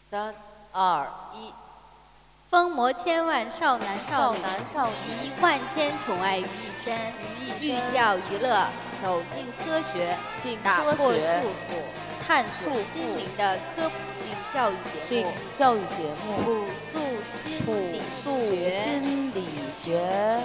3、2、1。疯魔千万少男少女集万千宠爱于一身，寓教于乐，走进科学，打破束缚，探索心灵的科普性教育节目，朴素心理学。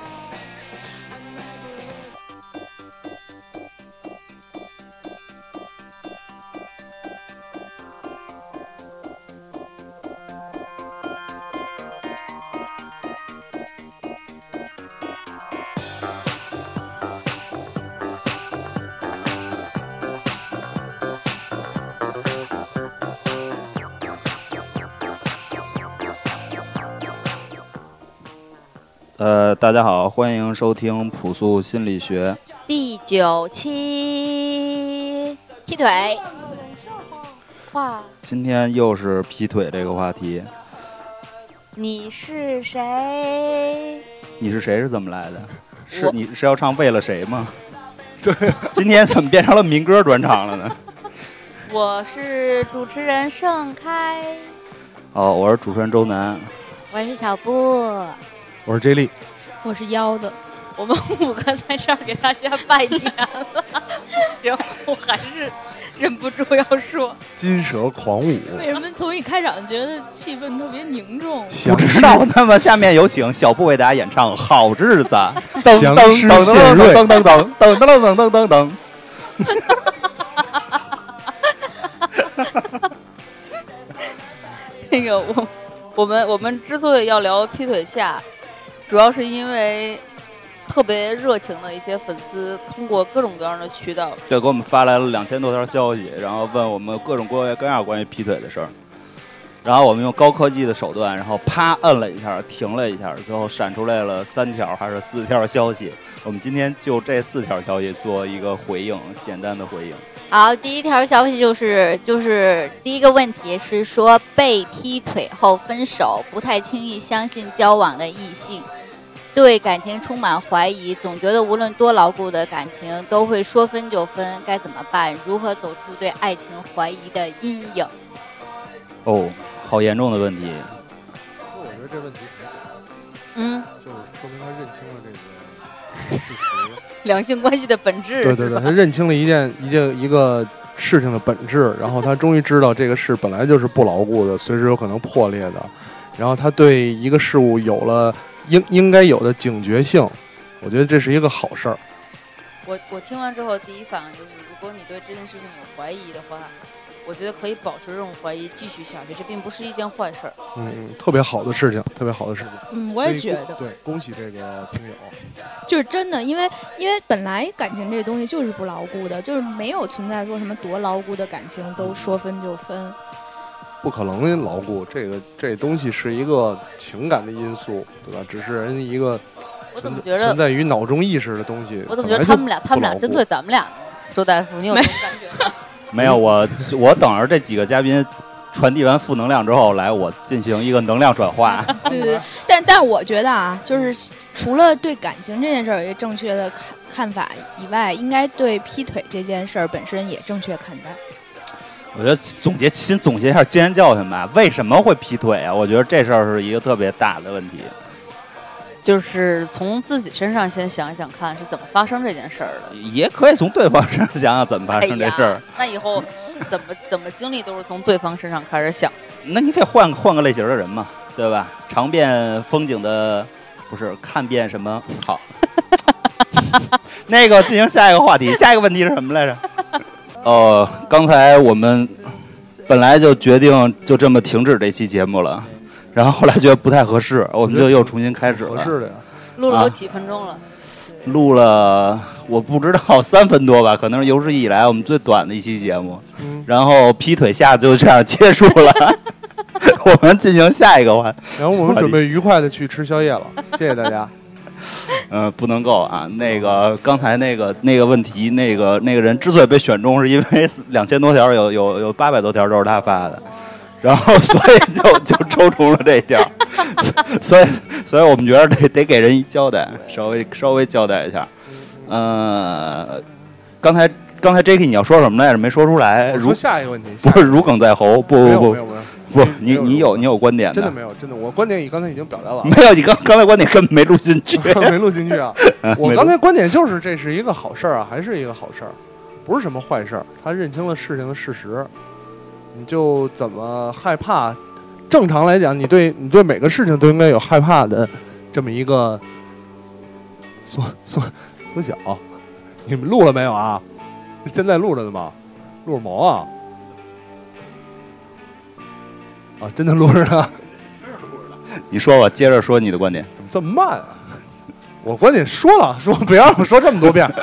大家好，欢迎收听朴素心理学第9期。劈腿话， 今天又是劈腿这个话题。 你是谁？ 你是谁是怎么来的？你是要唱为了谁吗？对，今天怎么变成了民歌专场了呢？ 我是主持人盛开。 我是主持人周南。 我是小布。 我是 J 莉。 我是妖的。 我们5个在这儿给大家拜年了。行，我还是忍不住要说金蛇狂舞。 为什么从一开场觉得气氛特别凝重？ 不知道。那么下面有请小布为大家演唱《好日子》。 噔噔噔噔噔噔噔噔噔噔噔噔。 那个我们之所以要聊劈腿下，主要是因为特别热情的一些粉丝通过各种各样的渠道， 对，给我们发来了2000多条消息，然后问我们各种各样关于劈腿的事儿。然后我们用高科技的手段，然后啪摁了一下，停了一下，最后闪出来了3条还是4条消息。我们今天就这4条消息做一个回应，简单的回应。 好，第一条消息就是第一个问题是说被劈腿后分手，不太轻易相信交往的异性，对感情充满怀疑，总觉得无论多牢固的感情都会说分就分，该怎么办？如何走出对爱情怀疑的阴影？ 哦，好严重的问题。 我觉得这问题很简单，就是说明他认清了这个事实， 两性关系的本质。 对，他认清了一个事情的本质，然后他终于知道这个事本来就是不牢固的，随时有可能破裂的，然后他对一个事物有了应该有的警觉性，我觉得这是一个好事儿。 我听完之后第一反应就是，如果你对这件事情有怀疑的话，我觉得可以保持这种怀疑继续下去，这并不是一件坏事儿。 特别好的事情，特别好的事情。我也觉得。 对，恭喜这个听友。 就是真的，因为本来感情这个东西就是不牢固的，就是没有存在说什么多牢固的感情都说分就分。 不可能牢固，这东西是一个情感的因素，对吧？只是人一个存在于脑中意识的东西。 我怎么觉得他们俩针对咱们俩呢？周大夫，你有这种感觉吗？ 没有，我等着这几个嘉宾传递完负能量之后来，我进行一个能量转化。 对，但我觉得啊，就是除了对感情这件事儿有一个正确的看法以外，应该对劈腿这件事儿本身也正确看待。 我觉得先总结一下经验教训吧。为什么会劈腿啊？我觉得这事儿是一个特别大的问题。 就是从自己身上先想一想看是怎么发生这件事儿的， 也可以从对方身上想想怎么发生这事儿。 那以后怎么经历都是从对方身上开始想。 那你可以换个类型的人嘛，对吧？尝遍风景的，不是看遍什么？操！那个进行下一个话题，下一个问题是什么来着？刚才我们本来就决定就这么停止这期节目了。然后后来觉得不太合适，我们就又重新开始了。 合适的呀。 录了都几分钟了？ 录了我不知道3分多吧，可能是有史以来我们最短的一期节目。然后劈腿下就这样结束了。我们进行下一个话题。 然后我们准备愉快的去吃宵夜了，谢谢大家。 不能够啊！那个刚才那个问题，那个人之所以被选中，是因为2000多条有800多条都是他发的。然后，所以就抽中了这一条，所以我们觉得得给人一交代，稍微交代一下。刚才 Jacky 你要说什么来着？没说出来。 说下一个问题， 不是如鲠在喉，不， 不，你有观点的？ 真的没有，真的，我观点刚才已经表达完了。 没有，你刚才观点根本没录进去， 没录进去啊！我刚才观点就是这是一个好事儿啊，还是一个好事儿，不是什么坏事儿。他认清了事情的事实，你就怎么害怕？正常来讲，你对每个事情都应该有害怕的这么一个缩小。你们录了没有啊？现在录着呢吗？录着毛啊？啊，真的录着呢。 你说吧，接着说你的观点。 怎么这么慢啊？我观点说了，说不要让我说这么多遍。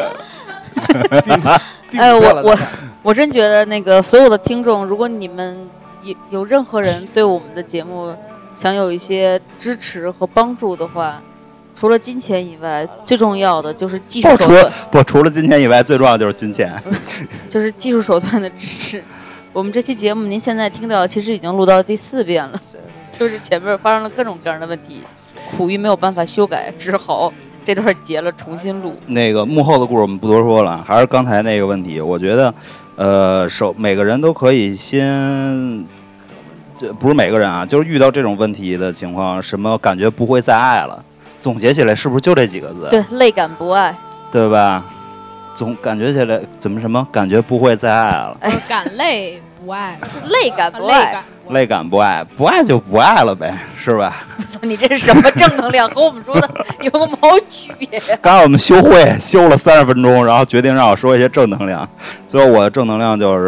我真觉得那个所有的听众，如果你们有任何人对我们的节目想有一些支持和帮助的话，除了金钱以外，最重要的就是技术手段。 除了金钱以外，最重要的就是金钱， 就是技术手段的支持。我们这期节目您现在听到，其实已经录到第4遍了，就是前面发生了各种各样的问题，苦于没有办法修改，只好这段截了重新录。 那个幕后的故事我们不多说了，还是刚才那个问题，我觉得，每个人都可以先，不是每个人啊，就是遇到这种问题的情况，什么感觉不会再爱了，总结起来是不是就这几个字？ 对，泪感不爱， 对吧？总感觉起来什么感觉不会再爱了？ 感泪不爱， 泪感不爱， 泪感不爱，不爱就不爱了呗，是吧？ 你这是什么正能量？和我们说的有个毛区别呀？ 刚才我们休会休了30分钟，然后决定让我说一些正能量。最后我的正能量就是，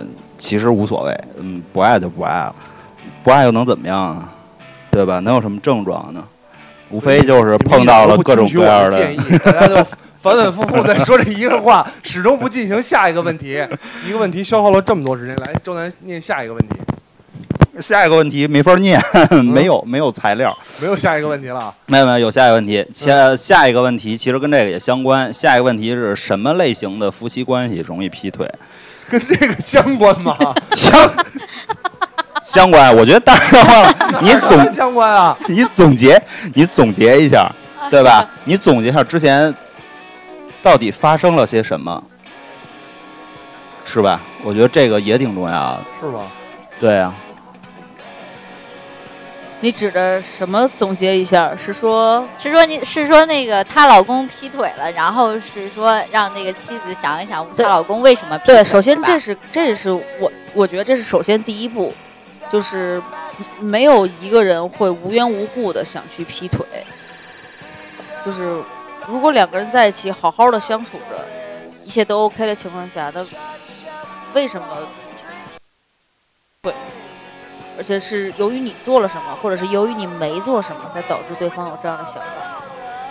其实无所谓，不爱就不爱了，不爱又能怎么样啊？对吧？能有什么症状呢？无非就是碰到了各种各样的建议，大家就反反复复在说这一个话，始终不进行下一个问题。一个问题消耗了这么多时间，来，周南念下一个问题。 下一个问题没法念，没有材料， 没有下一个问题了。 没有下一个问题。下一个问题其实跟这个也相关。下一个问题是什么类型的夫妻关系容易劈腿？ 跟这个相关吗？ 相关，我觉得当然了。你相关啊？ 你总结一下，对吧？你总结一下之前到底发生了些什么，是吧？我觉得这个也挺重要的， 是吧？ 对啊。 你指的什么？总结一下，是说那个她老公劈腿了，然后是说让那个妻子想一想她老公为什么劈腿。 对，首先这是我觉得这是首先第一步，就是没有一个人会无缘无故的想去劈腿，就是如果两个人在一起好好的相处着，一切都 OK 的情况下，那为什么会？而且是由于你做了什么，或者是由于你没做什么，才导致对方有这样的想法。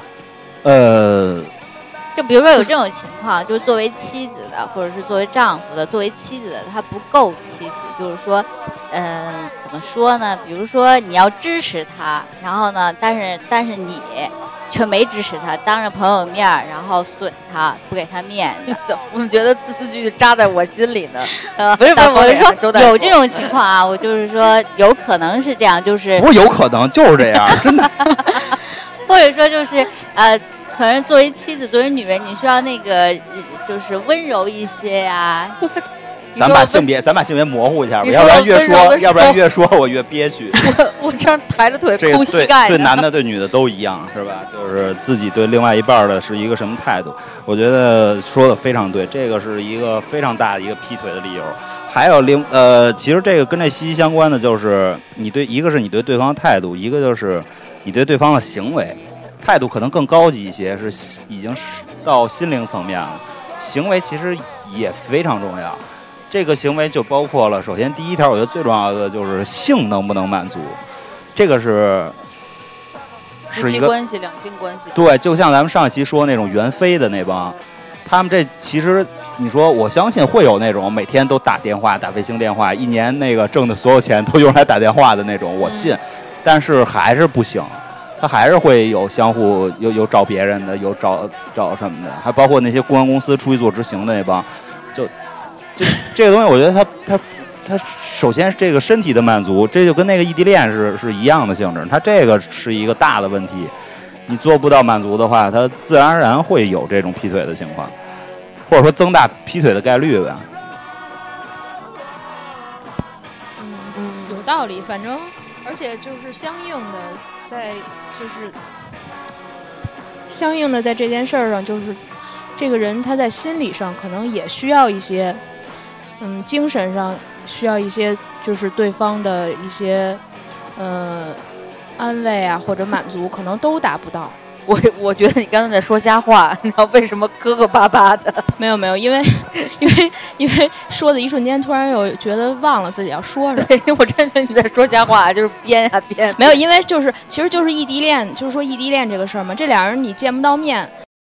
就比如说有这种情况，就是作为妻子的，或者是作为丈夫的，作为妻子的他不够妻子，就是说，怎么说呢？比如说你要支持他，然后呢，但是你却没支持他，当着朋友面然后损他，不给他面子。 我们觉得字句扎在我心里呢。 不是，我是说有这种情况啊，我就是说有可能是这样，就是不是有可能就是这样，真的。 或者说就是可能作为妻子，作为女人，你需要那个就是温柔一些呀。 咱把性别模糊一下吧，要不然越说我越憋屈。 我这样抬着腿抠膝盖。 对男的对女的都一样，是吧？就是自己对另外一半的是一个什么态度？我觉得说的非常对，这个是一个非常大的一个劈腿的理由。还有其实这个跟这息息相关的就是一个是你对对方的态度，一个就是你对对方的行为。态度可能更高级一些，是已经到心灵层面了。行为其实也非常重要。这个行为就包括了，首先第一条，我觉得最重要的就是性能不能满足，这个是一个关系、两性关系。 对，就像咱们上一期说那种袁飞的那帮，他们这其实你说，我相信会有那种每天都打电话、打卫星电话，一年那个挣的所有钱都用来打电话的那种，我信。但是还是不行。他还是会有相互有找别人的，有找什么的，还包括那些公关公司出去做执行的那帮，就这个东西，我觉得他首先这个身体的满足，这就跟那个异地恋是一样的性质，他这个是一个大的问题，你做不到满足的话，他自然而然会有这种劈腿的情况，或者说增大劈腿的概率呗。 有道理，反正而且就是相应的在这件事儿上，就是这个人他在心理上可能也需要一些，精神上需要一些，就是对方的一些安慰啊或者满足，可能都达不到。 我觉得你刚才在说瞎话，你知道为什么磕磕巴巴的？ 没有，因为说的一瞬间，突然有觉得忘了自己要说什么。 对，我真觉得你在说瞎话，就是编啊编。 没有，因为其实就是异地恋，就是说异地恋这个事儿嘛，这俩人你见不到面。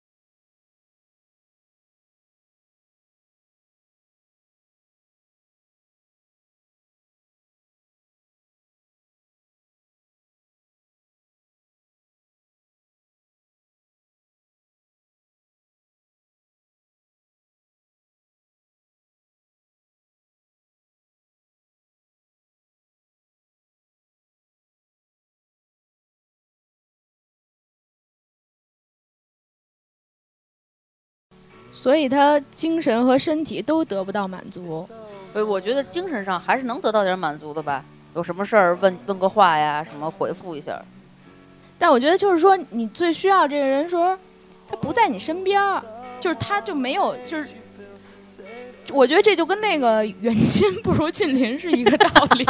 所以他精神和身体都得不到满足。 我觉得精神上还是能得到点满足的吧。有什么事儿问个话呀，什么回复一下。 但我觉得就是说，你最需要这个人时候，他不在你身边，就是他就没有，就是我觉得这就跟那个远亲不如近邻是一个道理。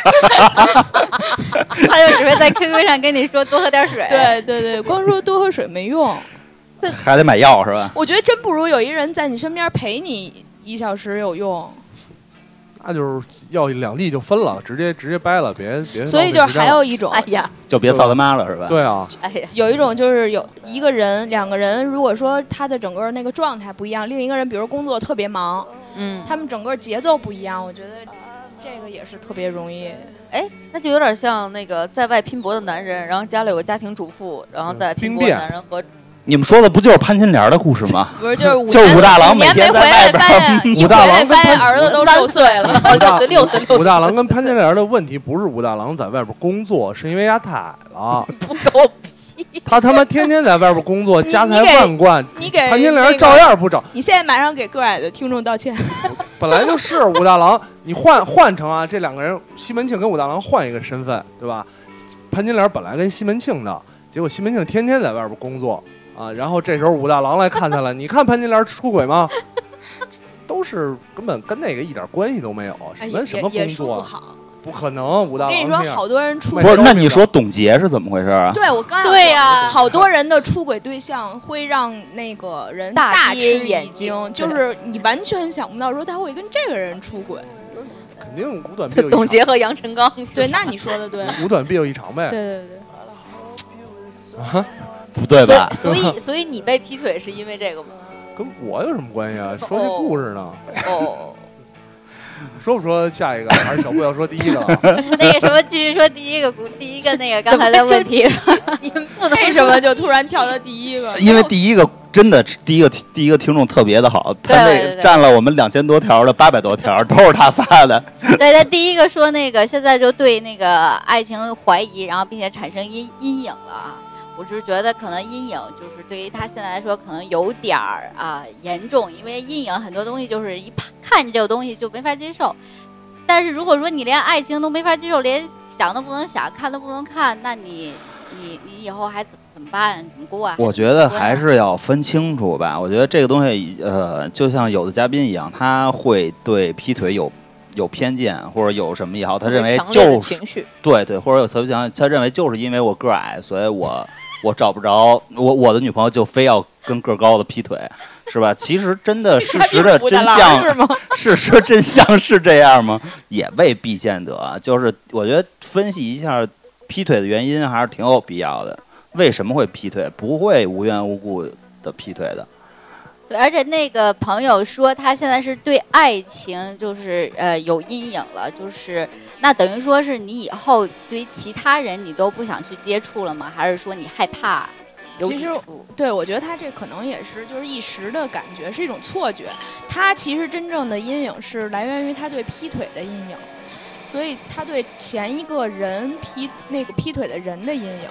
他就只会在 QQ 上跟你说多喝点水。 对，光说多喝水没用。 还得买药是吧？ 我觉得真不如有一人在你身边陪你1小时有用。 那就是要两地就分了，直接掰了，别。 所以就是还有一种， 哎呀， 就别操他妈了是吧？ 对啊， 哎呀， 有一种就是有一个人、两个人，如果说他的整个那个状态不一样，另一个人比如工作特别忙，他们整个节奏不一样，我觉得这个也是特别容易。 哎，那就有点像那个在外拼搏的男人，然后家里有个家庭主妇，然后在拼搏的男人和。 你们说的不就是潘金莲的故事吗？ 不是，就是武大郎每天在外边，武大郎发现儿子都6岁了，6岁。 武大郎跟潘金莲的问题不是武大郎在外边工作，是因为他太矮了。 不狗屁！ 他他妈天天在外边工作，家财万贯， 你给潘金莲照样不找。 你现在马上给个矮的听众道歉。 本来就是武大郎，你换成啊，这两个人，西门庆跟武大郎换一个身份，对吧？潘金莲本来跟西门庆的，结果西门庆天天在外边工作。啊，然后这时候武大郎来看他了，你看潘金莲出轨吗？都是根本跟那个一点关系都没有，什么工作？不可能，武大郎。 跟你说，好多人出轨。 不是，那你说董洁是怎么回事啊？ 对，我刚要说好多人的出轨对象会让那个人大吃眼睛，就是你完全想不到说他会跟这个人出轨。 肯定五短必有一长。 董洁和杨臣刚。 对，那你说的对。 五短必有一长呗。 对。 啊。 不对吧？ 所以你被劈腿是因为这个吗？ 跟我有什么关系啊？说这故事呢。 哦。 说不说下一个？还是小布要说第一个了？ 那个什么，继续说第一个那个刚才的问题。 你们不能为什么就突然跳到第一个？ 因为第一个真的第一个听众特别的好，他那占了我们2000多条的800多条都是他发的。 对，他第一个说那个现在就对那个爱情怀疑，然后并且产生阴影了。我是觉得可能阴影就是对于他现在来说可能有点儿严重，因为阴影很多东西就是一看这个东西就没法接受。但是如果说你连爱情都没法接受，连想都不能想，看都不能看，那你以后还怎么办？怎么过啊？ 我觉得还是要分清楚吧。我觉得这个东西就像有的嘉宾一样，他会对劈腿有偏见或者有什么也好，他认为就是情绪， 对，或者有特别强，他认为就是因为我个矮，所以我找不着我的女朋友就非要跟个高的劈腿，是吧？其实真的事实的真相是吗？事实真相是这样吗？也未必见得。就是我觉得分析一下劈腿的原因还是挺有必要的。为什么会劈腿？不会无缘无故的劈腿的。 对，而且那个朋友说他现在是对爱情就是有阴影了，就是那等于说是你以后对于其他人你都不想去接触了吗？还是说你害怕有抵触？ 对，我觉得他这可能也是就是一时的感觉，是一种错觉。他其实真正的阴影是来源于他对劈腿的阴影，所以他对前一个人劈腿的人的阴影。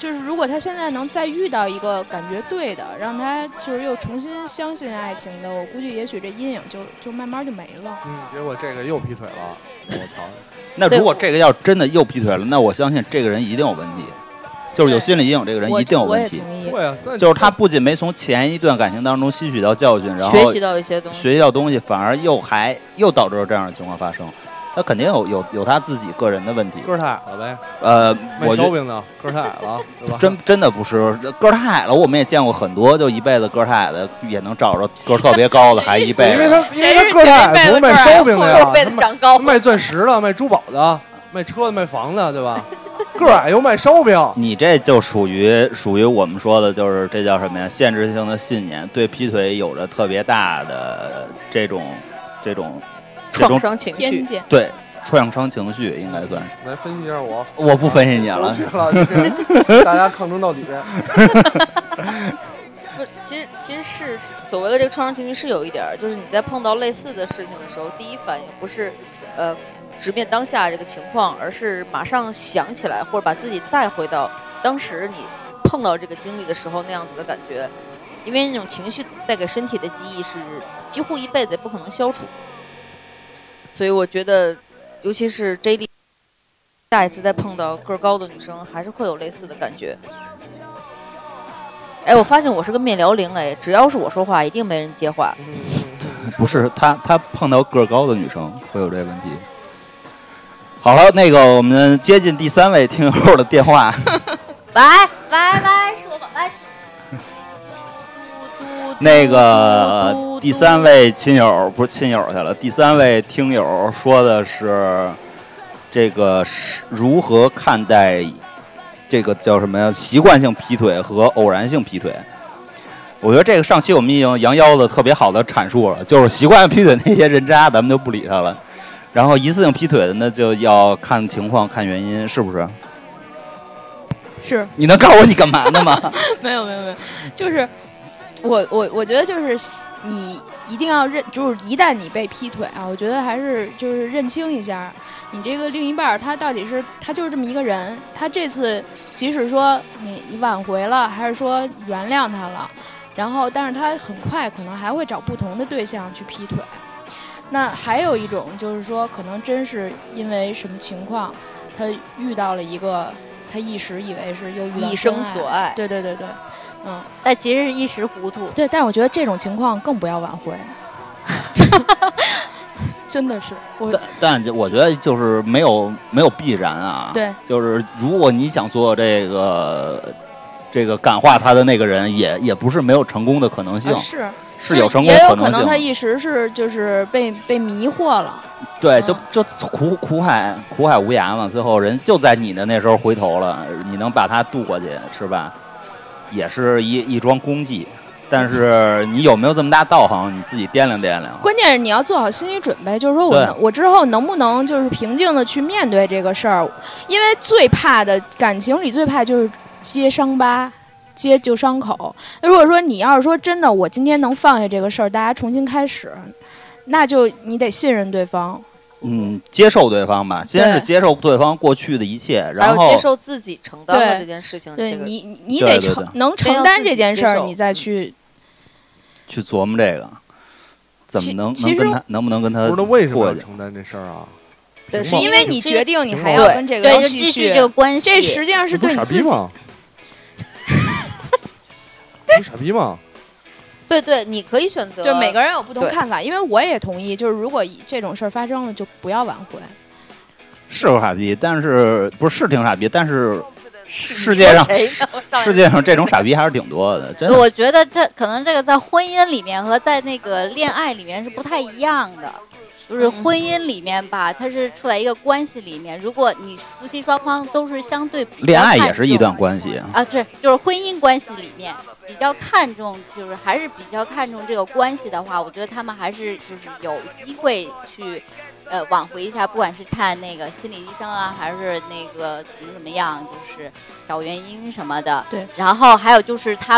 就是如果他现在能再遇到一个感觉对的，让他就是又重新相信爱情的，我估计也许这阴影就慢慢就没了。 结果这个又劈腿了，我操！ 那如果这个要真的又劈腿了，那我相信这个人一定有问题，就是有心理阴影，这个人一定有问题。 对啊， 就是他不仅没从前一段感情当中吸取到教训，然后学习到一些东西， 学习到东西，反而又导致了这样的情况发生。他肯定有他自己个人的问题， 个儿太矮了呗。 我烧饼的个儿太矮了，对吧？ 真的不是个儿太矮了，我们也见过很多，就一辈子个儿太矮的也能找着个儿特别高的，还一辈子。 因为他个儿太矮，不是卖烧饼的呀， 后辈子长高， 卖钻石的，卖珠宝的，卖车的，卖房的，对吧？个儿矮又卖烧饼， 你这就属于我们说的，就是这叫什么呀？限制性的信念，对劈腿有着特别大的这种创伤情绪， 对创伤情绪应该算是。 来分析一下我不分析你了， 大家抗争到底。 不是，其实是所谓的这个创伤情绪是有一点，就是你在碰到类似的事情的时候，第一反应不是直面当下这个情况，而是马上想起来或者把自己带回到当时你碰到这个经历的时候那样子的感觉，因为那种情绪带给身体的记忆是几乎一辈子也不可能消除。所以我觉得，尤其是 JD 下一次再碰到个儿高的女生，还是会有类似的感觉。哎，我发现我是个面聊铃，哎，只要是我说话，一定没人接话。 不是他碰到个儿高的女生会有这个问题。好了，那个我们接近第3位听友的电话。 喂，是我喂。 那个第3位亲友不是亲友去了，第3位听友说的是这个是如何看待这个叫什么呀？习惯性劈腿和偶然性劈腿。我觉得这个上期我们已经杨腰子特别好的阐述了，就是习惯性劈腿那些人渣，咱们就不理他了。然后一次性劈腿的，那就要看情况、看原因，是不是？ 是。 你能告诉我你干嘛呢吗？ 没有，就是我觉得就是你一定要就是一旦你被劈腿啊，我觉得还是就是认清一下，你这个另一半他到底是他就是这么一个人，他这次即使说你挽回了，还是说原谅他了，然后但是他很快可能还会找不同的对象去劈腿。那还有一种就是说，可能真是因为什么情况，他遇到了一个他一时以为是又遇到一生所爱， 对， 但其实是一时糊涂。 对，但是我觉得这种情况更不要挽回。真的是但我觉得就是没有必然啊。 对， 就是如果你想做这个感化他的那个人，也不是没有成功的可能性。是有成功可能性，也有可能他一时是就是被迷惑了。 对，就苦海无涯嘛，最后人就在你的那时候回头了，你能把他渡过去是吧？也是一桩功绩。但是你有没有这么大道行，你自己掂量掂量。 关键是你要做好心理准备，就是说我之后能不能就是平静的去面对这个事儿，因为最怕的感情里最怕就是揭伤疤。接旧伤口。那如果说你要是说真的，我今天能放下这个事儿，大家重新开始，那就你得信任对方。 接受对方吧，先是接受对方过去的一切，然后还有接受自己承担了这件事情。 对， 这个、 你得能承担这件事儿，你再去琢磨这个，怎么能不能跟他？ 不是为什么要承担这事儿啊？ 对，是因为你决定你还要跟这个人继续这个关系， 这实际上是对你自己。 你傻逼吗？ 对，你可以选择。 就每个人有不同看法，因为我也同意，就是如果这种事儿发生了，就不要挽回。 是个傻逼，但是不是挺傻逼，但是世界上这种傻逼还是挺多的。真的， 我觉得可能这个在婚姻里面和在那个恋爱里面是不太一样的。就是婚姻里面吧，它是处在一个关系里面。如果你夫妻双方都是相对比较恋爱也是一段关系啊，对，就是婚姻关系里面比较看重，就是还是比较看重这个关系的话，我觉得他们还是就是有机会去挽回一下，不管是看那个心理医生啊，还是那个怎么样，就是找原因什么的。 对， 然后还有就是他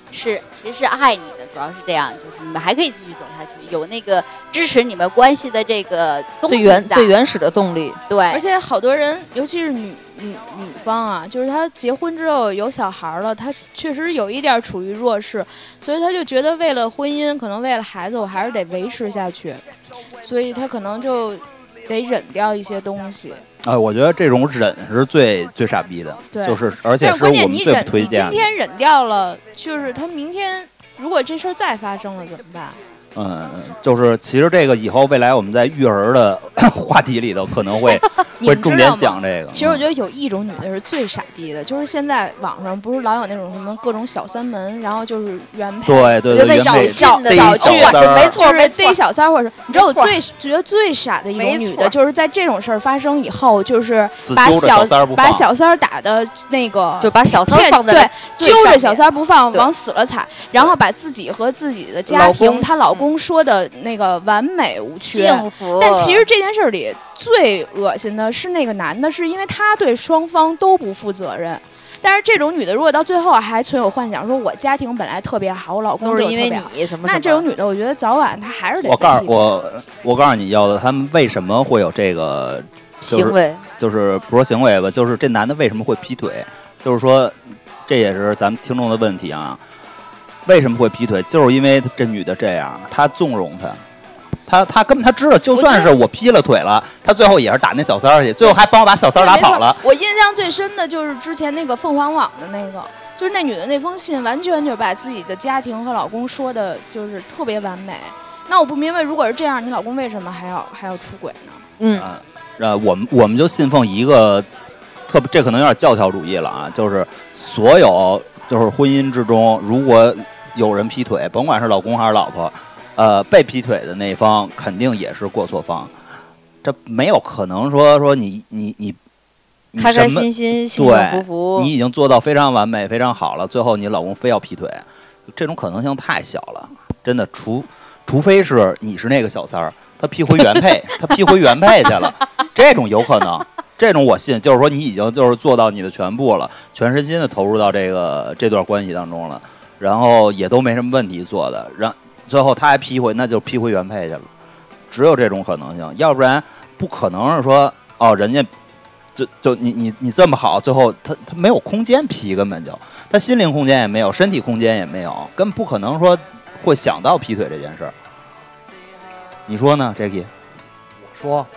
其实是爱你的，主要是这样，就是你们还可以继续走下去，有那个支持你们关系的这个东西最原始的动力。 对， 而且好多人，尤其是女方啊，就是她结婚之后有小孩了，她确实有一点处于弱势，所以她就觉得为了婚姻，可能为了孩子，我还是得维持下去，所以她可能就得忍掉一些东西。 我觉得这种忍是最傻逼的， 对， 就是而且是我们最不推荐的。 你今天忍掉了，就是他明天如果这事儿再发生了怎么办？ 就是其实这个以后未来我们在育儿的话题里头可能会重点讲这个。 其实我觉得有一种女的是最傻逼的，就是现在网上不是老有那种什么各种小三门，然后就是原配， 对，原配找去， 没错， 逮小三，或者你知道我觉得最傻的一种女的，就是在这种事儿发生以后，就是把小三打的那个， 就把小三放在对，揪着小三不放，往死了踩，然后把自己和自己的家庭，她老公说的那个完美无缺， 幸福。 但其实这件事里最恶心的是那个男的，是因为他对双方都不负责任。但是这种女的，如果到最后还存有幻想，说我家庭本来特别好，我老公都是因为你什么， 那这种女的，我觉得早晚她还是得。 我告诉你要的，他们为什么会有这个行为？ 就是不说行为吧，就是这男的为什么会劈腿？就是说，这也是咱们听众的问题啊。为什么会劈腿？就是因为这女的这样，他纵容他根本他知道，就算是我劈了腿了，他最后也是打那小三儿去，最后还帮我把小三儿打跑了。 我印象最深的就是之前那个凤凰网的那个，就是那女的那封信，完全就把自己的家庭和老公说的就是特别完美。那我不明白，如果是这样，你老公为什么还要出轨呢？ 我们就信奉一个这可能有点教条主义了啊，就是所有就是婚姻之中，如果有人劈腿，甭管是老公还是老婆，被劈腿的那一方肯定也是过错方，这没有可能说你开开心心幸幸福福， 你已经做到非常完美非常好了，最后你老公非要劈腿，这种可能性太小了，真的，除非是你是那个小三儿，他劈回原配去了，这种有可能。这种我信，就是说你已经就是做到你的全部了，全身心的投入到这段关系当中了，然后也都没什么问题做的，最后他还劈回，那就劈回原配去了，只有这种可能性，要不然不可能是说人家就你这么好，最后他没有空间劈，根本就他心灵空间也没有，身体空间也没有，根本不可能说会想到劈腿这件事儿。你说呢 ，Jacky？ 我说，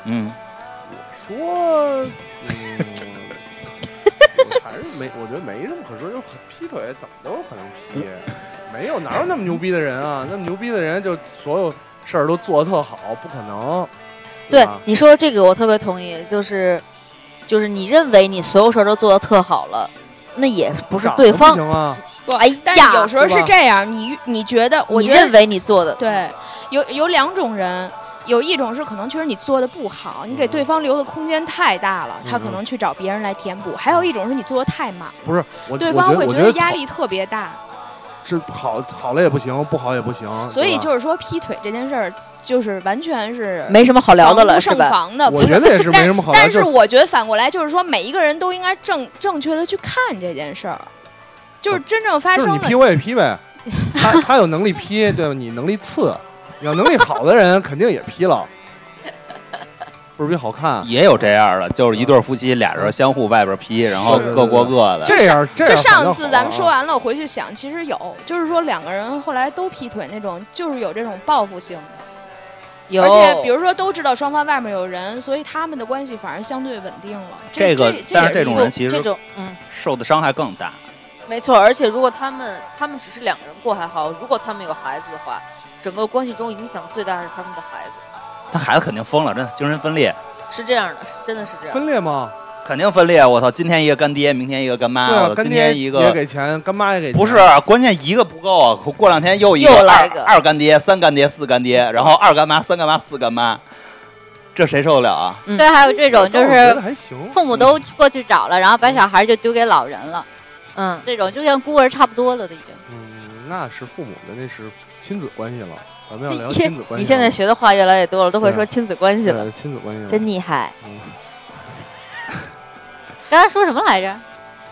还是我觉得没什么可说，就劈腿怎么都有可能劈，没有哪有那么牛逼的人啊？那么牛逼的人就所有事儿都做得特好，不可能。 对你说这个我特别同意，就是你认为你所有事儿都做得特好了，那也不是对方。 不行啊。 哎呀， 但有时候是这样，你觉得， 你认为你做的对，有两种人。有一种是可能确实你做的不好，你给对方留的空间太大了，他可能去找别人来填补。还有一种是你做的太满， 不是对方会觉得压力特别大。 是好了也不行，不好也不行。 所以就是说，劈腿这件事儿，就是完全是没什么好聊的了，是吧？ 我觉得也是没什么好聊。 但是我觉得反过来就是说，每一个人都应该正确的去看这件事儿，就是真正发生了。 就是你劈我也劈呗，他有能力劈，对吧？你能力次。有能力好的人肯定也劈了，不是比好看？ 也有这样的，就是一对夫妻俩人相互外边劈，然后各过各的。 这样上次咱们说完了，我回去想，其实有，就是说两个人后来都劈腿那种，就是有这种报复性的。 有， 而且比如说都知道双方外面有人，所以他们的关系反而相对稳定了。 但是这种人其实受的伤害更大。 没错，而且如果他们只是两个人过还好，如果他们有孩子的话。整个关系中影响最大是他们的孩子， 他孩子肯定疯了，真的精神分裂。 是这样的，真的是这样。 分裂吗？ 肯定分裂。我操，今天一个干爹，明天一个干妈。 对， 今天一个也给钱，干妈也给钱。 不是，关键一个不够啊！过两天又来一个二干爹、三干爹、四干爹，然后二干妈、三干妈、四干妈，这谁受得了啊？ 对，还有这种就是父母都过去找了，然后把小孩就丢给老人了。这种就像孤儿差不多了，都已经。 那是父母的，那是亲子关系了。咱们要聊亲子关系。 你现在学的话越来越多了，都会说亲子关系了。 亲子关系了， 真厉害。 刚才说什么来着？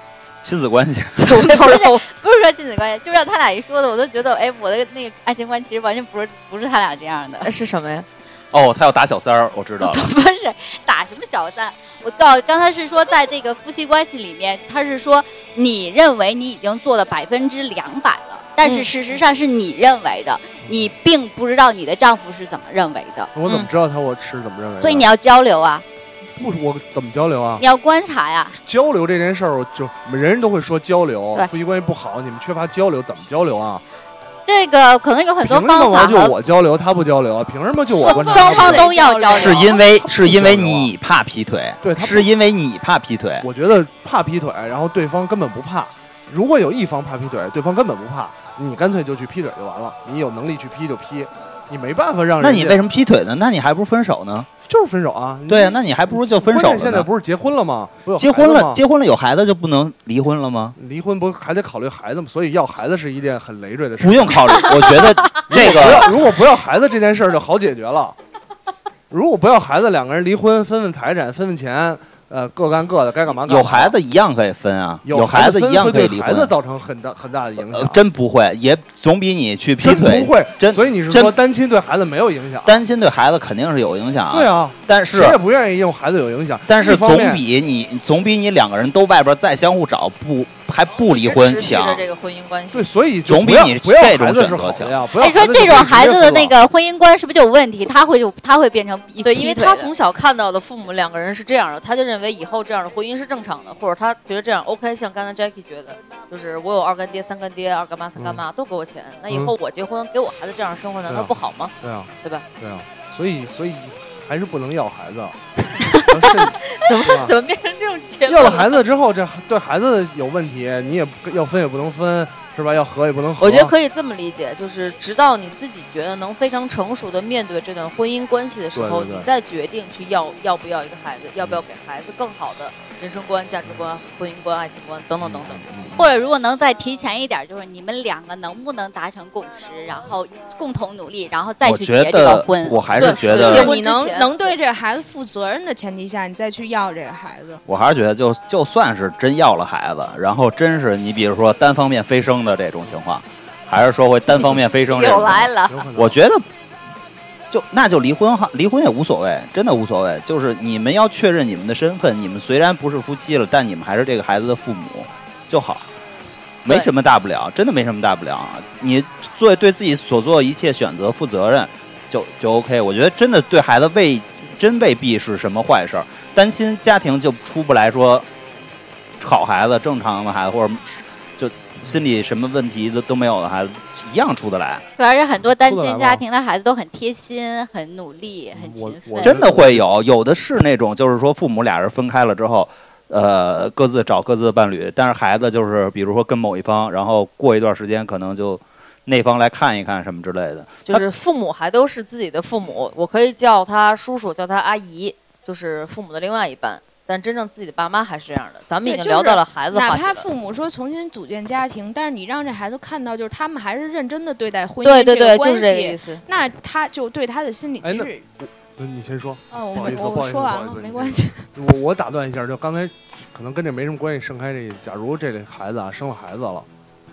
亲子关系。 不是说亲子关系，就让他俩一说的，我都觉得，哎，我的那个爱情观其实完全不是他俩这样的。 是什么呀？ 哦，他要打小三儿，我知道了。 不是打什么小三，我刚才是说，在这个夫妻关系里面，他是说你认为你已经做了200%了，但是事实上是你认为的，你并不知道你的丈夫是怎么认为的。 我怎么知道我是怎么认为的？ 所以你要交流啊。 不，我怎么交流啊？ 你要观察呀。 交流这件事儿，就人人都会说交流， 对夫妻关系不好，你们缺乏交流，怎么交流啊？ 这个可能有很多方法。 凭什么就我交流，他不交流啊？凭什么就我观察？ 双方都要交流。 是因为你怕劈腿， 对， 是因为你怕劈腿。 我觉得怕劈腿，然后对方根本不怕。如果有一方怕劈腿，对方根本不怕，你干脆就去劈腿就完了。你有能力去劈就劈，你没办法让人。 那你为什么劈腿呢？那你还不如分手呢？ 就是分手啊！ 对啊，那你还不如就分手了呢。 现在不是结婚了吗？ 结婚了有孩子就不能离婚了吗？ 离婚不还得考虑孩子吗？所以要孩子是一件很累赘的事。 不用考虑，我觉得这个如果不要孩子这件事儿就好解决了。如果不要孩子，两个人离婚，分分财产，分分钱。各干各的，该干嘛干嘛。 有孩子一样可以分啊，有孩子一样可以离婚。 孩子造成很大的影响。 真不会，也总比你去劈腿。 真不会，所以你是说单亲对孩子没有影响？ 单亲对孩子肯定是有影响。 对啊， 但是谁也不愿意用孩子有影响。 但是总比你两个人都外边再相互找还不离婚强。 这个婚姻关系。 对，所以总比你这种选择强。 哎，说这种孩子的那个婚姻观是不是就有问题？他会变成对，因为他从小看到的父母两个人是这样的，他就认为以后这样的婚姻是正常的，或者他觉得这样 OK。像刚才 Jackie 觉得，就是我有2干爹、3干爹、2干妈、3干妈都给我钱，那以后我结婚给我孩子这样的生活，难道不好吗？ 对啊， 对吧？ 对啊，所以还是不能要孩子。 怎么变成这种结论？ 要了孩子之后，这对孩子有问题，你也要分也不能分，是吧？要和也不能和。 我觉得可以这么理解，就是直到你自己觉得能非常成熟的面对这段婚姻关系的时候， 对你再决定去要不要一个孩子，要不要给孩子更好的人生观、价值观、婚姻观、爱情观等等等等。 或者如果能再提前一点，就是你们两个能不能达成共识，然后共同努力，然后再去结这个婚。 我还是觉得， 就是你能对这个孩子负责任的前提下，你再去要这个孩子。 我还是觉得就算是真要了孩子，然后真是你比如说单方面飞升的这种情况，还是说会单方面飞升这种又来了。 我觉得那就离婚也无所谓，真的无所谓。就是你们要确认你们的身份，你们虽然不是夫妻了，但你们还是这个孩子的父母就好，没什么大不了，真的没什么大不了。你对自己所做的一切选择负责任，就 OK。我觉得真的对孩子未必是什么坏事。单亲家庭就出不来说好孩子、正常的孩子，或者就心理什么问题都没有的孩子一样出得来。 对，而且很多单亲家庭的孩子都很贴心、很努力、很勤奋。 真的会有的是那种，就是说父母俩人分开了之后，各自找各自的伴侣，但是孩子就是比如说跟某一方，然后过一段时间可能就那方来看一看什么之类的。 就是父母还都是自己的父母，我可以叫他叔叔，叫他阿姨，就是父母的另外一半。但真正自己的爸妈还是这样的。咱们已经聊到了孩子话题了。 哪怕父母说重新组建家庭，但是你让这孩子看到，就是他们还是认真的对待婚姻这个关系， 就是这个意思。 那他就对他的心理其实。 你先说。 我说完了，没关系。 我打断一下，就刚才可能跟这没什么关系。盛开这，假如这孩子啊生了孩子了，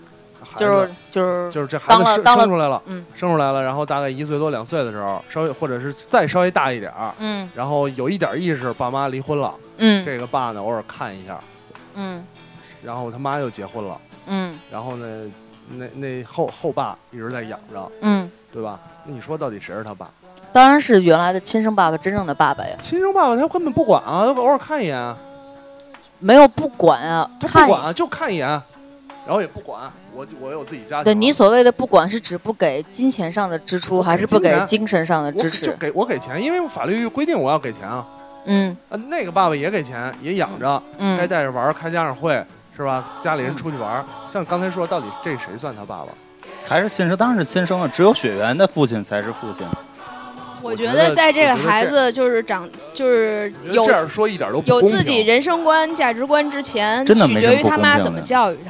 就是这孩子生出来了，生出来了，然后大概1岁多2岁的时候，稍微或者是再稍微大一点，然后有一点意识，爸妈离婚了，这个爸呢偶尔看一下，然后他妈又结婚了，然后呢，那后爸一直在养着，对吧？那你说到底谁是他爸？ 当然是原来的亲生爸爸，真正的爸爸呀。 亲生爸爸他根本不管啊，他偶尔看一眼， 没有不管啊， 他不管就看一眼，然后也不管。我有自己家庭。 对，你所谓的不管是指不给金钱上的支出，还是不给精神上的支持？ 我给钱，因为法律规定我要给钱啊。那个爸爸也给钱，也养着，该带着玩，开家长会是吧？家里人出去玩，像刚才说，到底这谁算他爸爸？ 还是亲生？当然是亲生了，只有血缘的父亲才是父亲。 我觉得在这个孩子就是有这样说一点都不有自己人生观、价值观之前， 真的取决于他妈怎么教育他。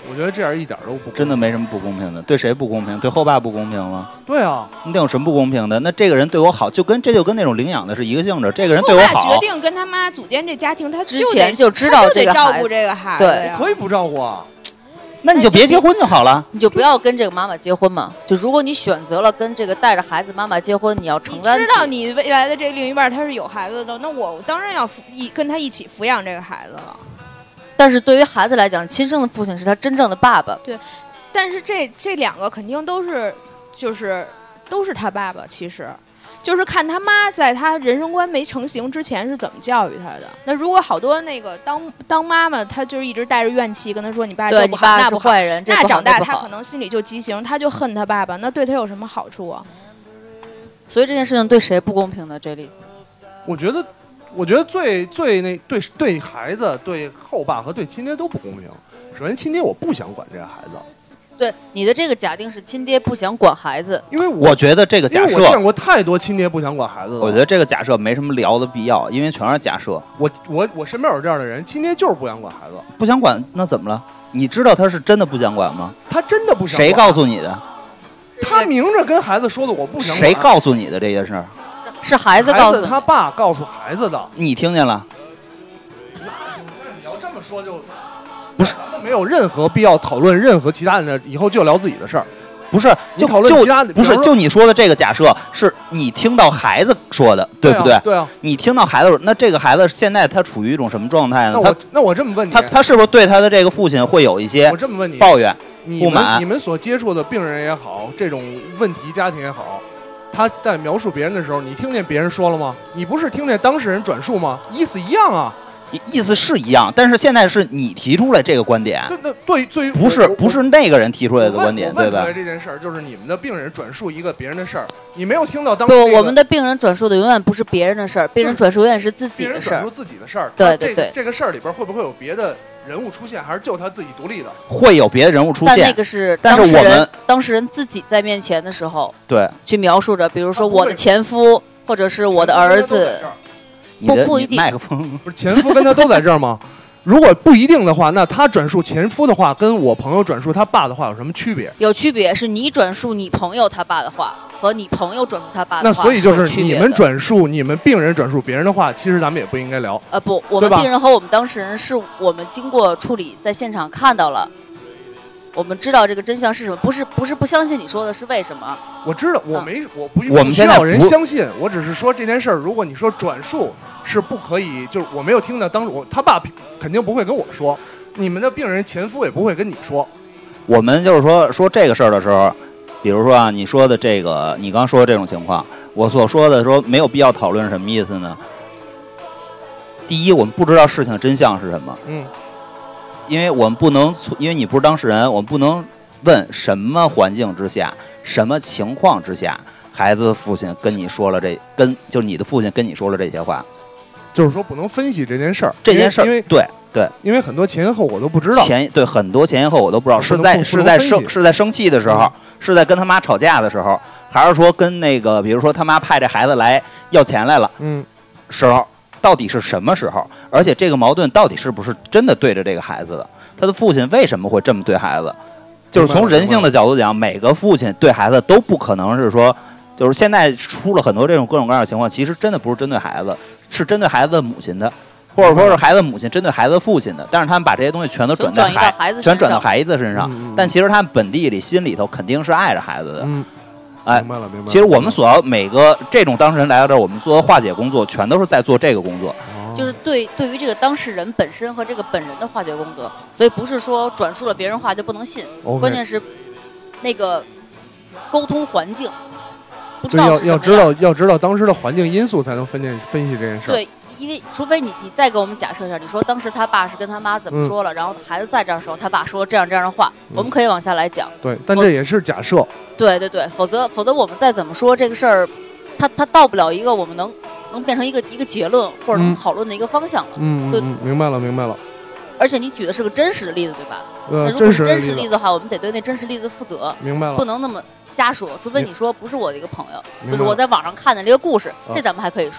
我觉得这样一点都不公平， 真的没什么不公平的。对谁不公平？对后爸不公平吗？ 对啊， 那有什么不公平的？那这个人对我好，就跟那种领养的是一个性质。这个人对我好， 决定跟他妈组建这家庭，他之前就知道这个照顾这个孩子， 对， 可以不照顾啊。 那你就别结婚就好了， 你就不要跟这个妈妈结婚嘛。就如果你选择了跟这个带着孩子妈妈结婚，你要承担。 你知道你未来的这另一半他是有孩子的，那我当然要跟他一起抚养这个孩子了。 但是对于孩子来讲，亲生的父亲是他真正的爸爸。 对，但是这两个肯定都是他爸爸，其实。就是看他妈在他人生观没成型之前是怎么教育他的。那如果好多那个当妈妈，他就是一直带着怨气跟他说你爸这不好那不好， 坏人， 那长大他可能心里就畸形，他就恨他爸爸，那对他有什么好处啊？ 所以这件事情对谁不公平呢？这里， 我觉得最那对孩子、对后爸和对亲爹都不公平。首先，亲爹我不想管这个孩子。 对你的这个假定是亲爹不想管孩子， 因为我觉得这个假设， 我见过太多亲爹不想管孩子的。 我觉得这个假设没什么聊的必要，因为全是假设。 我身边有这样的人，亲爹就是不想管孩子， 不想管那怎么了？你知道他是真的不想管吗？ 他真的不想管。 谁告诉你的？ 他明着跟孩子说的，我不想管。 谁告诉你的这件事儿？ 是孩子告诉他爸告诉孩子的。 你听见了？ 那你要这么说就。不是，咱们没有任何必要讨论任何其他人的，以后就聊自己的事儿。 不是，就讨论其他的， 不是，就你说的这个假设，是你听到孩子说的，对不对？ 对啊。 你听到孩子，那这个孩子现在他处于一种什么状态呢？ 那我这么问你， 他是不是对他的这个父亲会有一些我这么问你抱怨、不满？ 你们所接触的病人也好，这种问题家庭也好，他在描述别人的时候，你听见别人说了吗？你不是听见当事人转述吗？意思一样啊。 意思是一样，但是现在是你提出来这个观点， 对， 不是那个人提出来的观点，对吧？ 这件事儿就是你们的病人转述一个别人的事儿，你没有听到当时、 我们的病人转述的永远不是别人的事儿，病人转述永远是自己的事儿， 转述自己的事儿。 对对对， 这个事儿里边会不会有别的人物出现，还是就他自己独立的？ 会有别的人物出现， 但那个是当事人自己在面前的时候， 对， 去描述着，比如说我的前夫，或者是我的儿子。不一定， 麦克风不是前夫跟他都在这儿吗？如果不一定的话，那他转述前夫的话，跟我朋友转述他爸的话有什么区别？ 有区别，是你转述你朋友他爸的话，和你朋友转述他爸的话。 那所以就是你们转述你们病人转述别人的话，其实咱们也不应该聊。 不，我们病人和我们当事人是我们经过处理，在现场看到了。我们知道这个真相是什么，不是不相信你说的是为什么？ 我知道，我不我们现在有人相信，我只是说这件事儿，如果你说转述是不可以，就是我没有听到当时他爸肯定不会跟我说，你们的病人前夫也不会跟你说。 我们就是说这个事儿的时候，比如说啊，你说的这个，你刚说的这种情况，我所说的说没有必要讨论什么意思呢？第一，我们不知道事情的真相是什么。因为我们不能，因为你不是当事人，我们不能问什么环境之下、什么情况之下，孩子的父亲跟你说了就是你的父亲跟你说了这些话， 就是说不能分析这件事儿。 这件事儿，对， 因为很多前因后果都不知道。 很多前因后果都不知道，是在生气的时候，是在跟他妈吵架的时候，还是说跟那个，比如说他妈派这孩子来要钱来了，时候。到底是什么时候？而且这个矛盾到底是不是真的对着这个孩子的？他的父亲为什么会这么对孩子？就是从人性的角度讲，每个父亲对孩子都不可能是说，就是现在出了很多这种各种各样的情况，其实真的不是针对孩子，是针对孩子的母亲的，或者说是孩子母亲针对孩子父亲的。但是他们把这些东西全都转到孩子身上，但其实他们本地里心里头肯定是爱着孩子的。 明白了。 其实我们所要每个这种当事人来到这儿，我们做的化解工作，全都是在做这个工作。 就是对于这个当事人本身和这个本人的化解工作，所以不是说转述了别人话就不能信，关键是那个沟通环境，不知道是什么样。 要知道当时的环境因素，才能分析这件事。 对。因为除非你再给我们假设一下，你说当时他爸是跟他妈怎么说了，然后孩子在这儿的时候，他爸说这样的话，我们可以往下来讲。 对，但这也是假设。 对，否则我们再怎么说这个事儿，他到不了一个我们能变成一个结论或者能讨论的一个方向了。对， 明白了。 而且你举的是个真实的例子，对吧？ 那如果是真实例子的话，我们得对那真实例子负责。 明白了。 不能那么瞎说，除非你说不是我的一个朋友，就是我在网上看的这个故事，这咱们还可以说。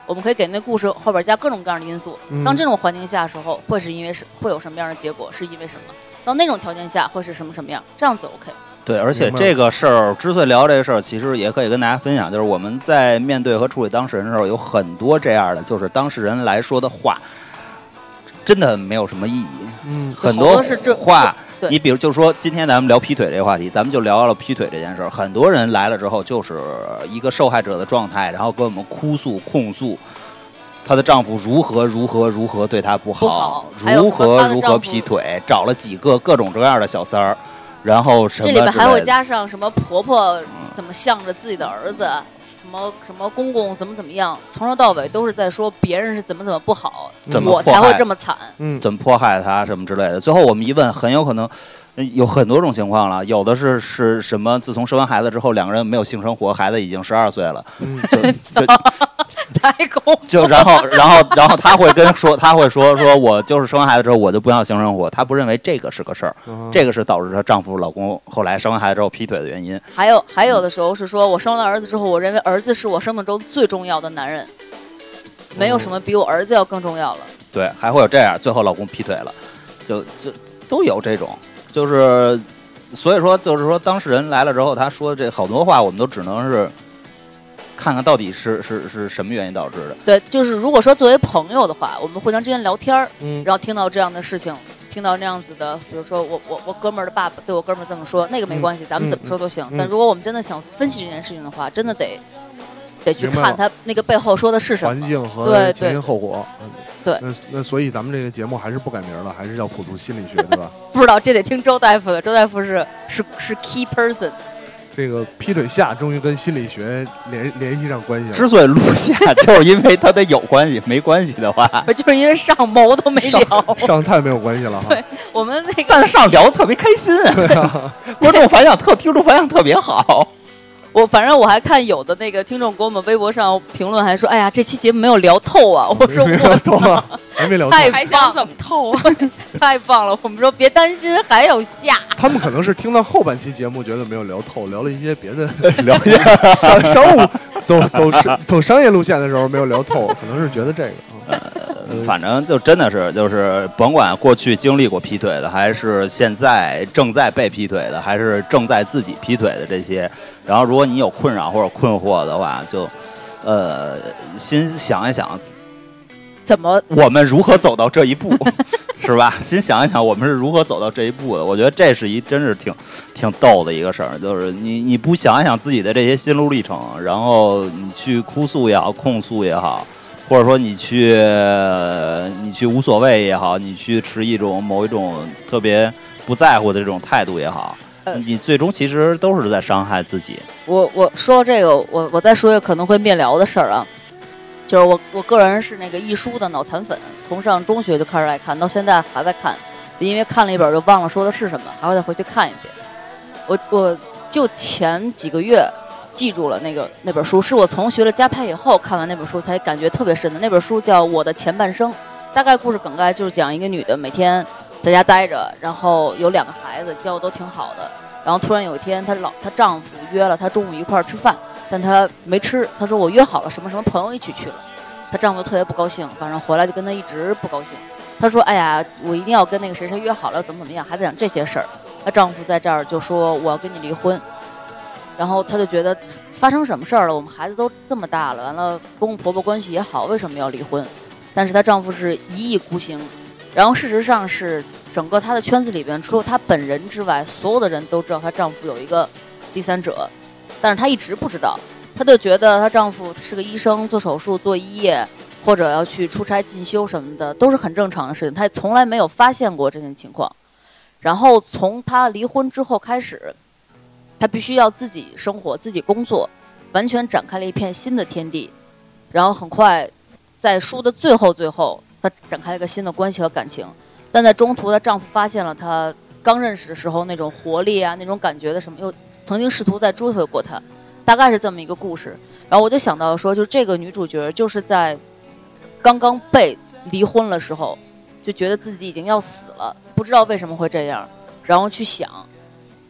我们可以给那故事后边加各种各样的因素。 嗯当这种环境下的时候，会是因为会有什么样的结果？是因为什么？到那种条件下会是什么样？这样子 OK。 对，而且这个事儿之所以聊这个事儿，其实也可以跟大家分享，就是我们在面对和处理当事人的时候，有很多这样的，就是当事人来说的话，真的没有什么意义。很多话，你比如就是说，今天咱们聊劈腿这个话题，咱们就聊了劈腿这件事儿。很多人来了之后，就是一个受害者的状态，然后跟我们哭诉控诉。她的丈夫如何对她不好，如何劈腿，找了几个各种各样的小三儿，然后什么这里边还会加上什么婆婆怎么向着自己的儿子，什么公公怎么样，从头到尾都是在说别人是怎么不好，我才会这么惨， 怎么迫害他什么之类的。最后我们一问，很有可能有很多种情况了，有的是什么？自从生完孩子之后，两个人没有性生活，孩子已经12岁了，就太恐怖。 就然后他会说我就是生完孩子之后我就不要性生活，他不认为这个是个事儿，这个是导致她丈夫老公后来生完孩子之后劈腿的原因。 还有的时候是说我生完儿子之后，我认为儿子是我生命中最重要的男人，没有什么比我儿子要更重要了。 对，还会有这样，最后老公劈腿了，就都有这种。就是所以说就是说当事人来了之后，他说这好多话我们都只能是看看到底是什么原因导致的。 对，就是如果说作为朋友的话，我们互相之间聊天然后听到这样的事情，听到那样子的，比如说我哥们儿的爸爸对我哥们儿这么说，那个没关系，咱们怎么说都行。但如果我们真的想分析这件事情的话，真的得去看他那个背后说的是什么环境和前因后果。 对， 那所以咱们这个节目还是不改名了，还是要普读心理学，对吧？ 不知道，这得听周大夫的，周大夫是 key person。 这个劈腿下终于跟心理学联系上关系了。 之所以录下，就是因为它得有关系，没关系的话， 就是因为上谋都没聊， 上太没有关系了哈。 对，我们那个但是上聊得特别开心啊，观众反响听众反响特别好。 反正我还看有的那个听众给我们微博上评论，还说：“哎呀，这期节目没有聊透啊！”我说：“我透啊，还没聊透， 还想怎么透啊？ 太棒了！”我们说别担心，还有下。 他们可能是听到后半期节目觉得没有聊透，聊了一些别的，聊一些商务走商业路线的时候没有聊透，可能是觉得这个。 反正就真的是，就是甭管过去经历过劈腿的，还是现在正在被劈腿的，还是正在自己劈腿的这些，然后如果你有困扰或者困惑的话，就先想一想， 怎么我们如何走到这一步，是吧？先想一想我们是如何走到这一步的。我觉得这是真是挺逗的一个事儿，就是你不想一想自己的这些心路历程，然后你去哭诉也好，控诉也好。或者说你去无所谓也好，你去持某一种特别不在乎的这种态度也好，你最终其实都是在伤害自己。 我说这个，我再说一个可能会面聊的事儿啊，就是我个人是那个一书的脑残粉，从上中学就开始爱看，到现在还在看，就因为看了一本就忘了说的是什么，还会再回去看一遍。我就前几个月。记住了那本书，是我从学了家拍以后看完那本书才感觉特别深的。那本书叫《我的前半生》，大概故事梗概就是讲一个女的每天在家待着，然后有2个孩子，教的都挺好的。然后突然有一天，她丈夫约了她中午一块儿吃饭，但她没吃。她说我约好了什么什么朋友一起去了，她丈夫特别不高兴，反正回来就跟她一直不高兴。她说：“哎呀，我一定要跟那个谁谁约好了，怎么样，还在讲这些事儿。”她丈夫在这儿就说：“我要跟你离婚。”然后她就觉得发生什么事儿了？我们孩子都这么大了，完了公公婆婆关系也好，为什么要离婚？但是她丈夫是一意孤行，然后事实上是整个她的圈子里边，除了她本人之外，所有的人都知道她丈夫有一个第三者，但是她一直不知道，她就觉得她丈夫是个医生，做手术、做医业，或者要去出差进修什么的，都是很正常的事情，她从来没有发现过这件情况。然后从她离婚之后开始。他必须要自己生活，自己工作，完全展开了一片新的天地。然后很快，在书的最后，她展开了一个新的关系和感情。但在中途，她丈夫发现了她刚认识的时候那种活力啊，那种感觉的什么，又曾经试图再追回过她，大概是这么一个故事。然后我就想到说，就这个女主角就是在刚刚被离婚的时候，就觉得自己已经要死了，不知道为什么会这样，然后去想。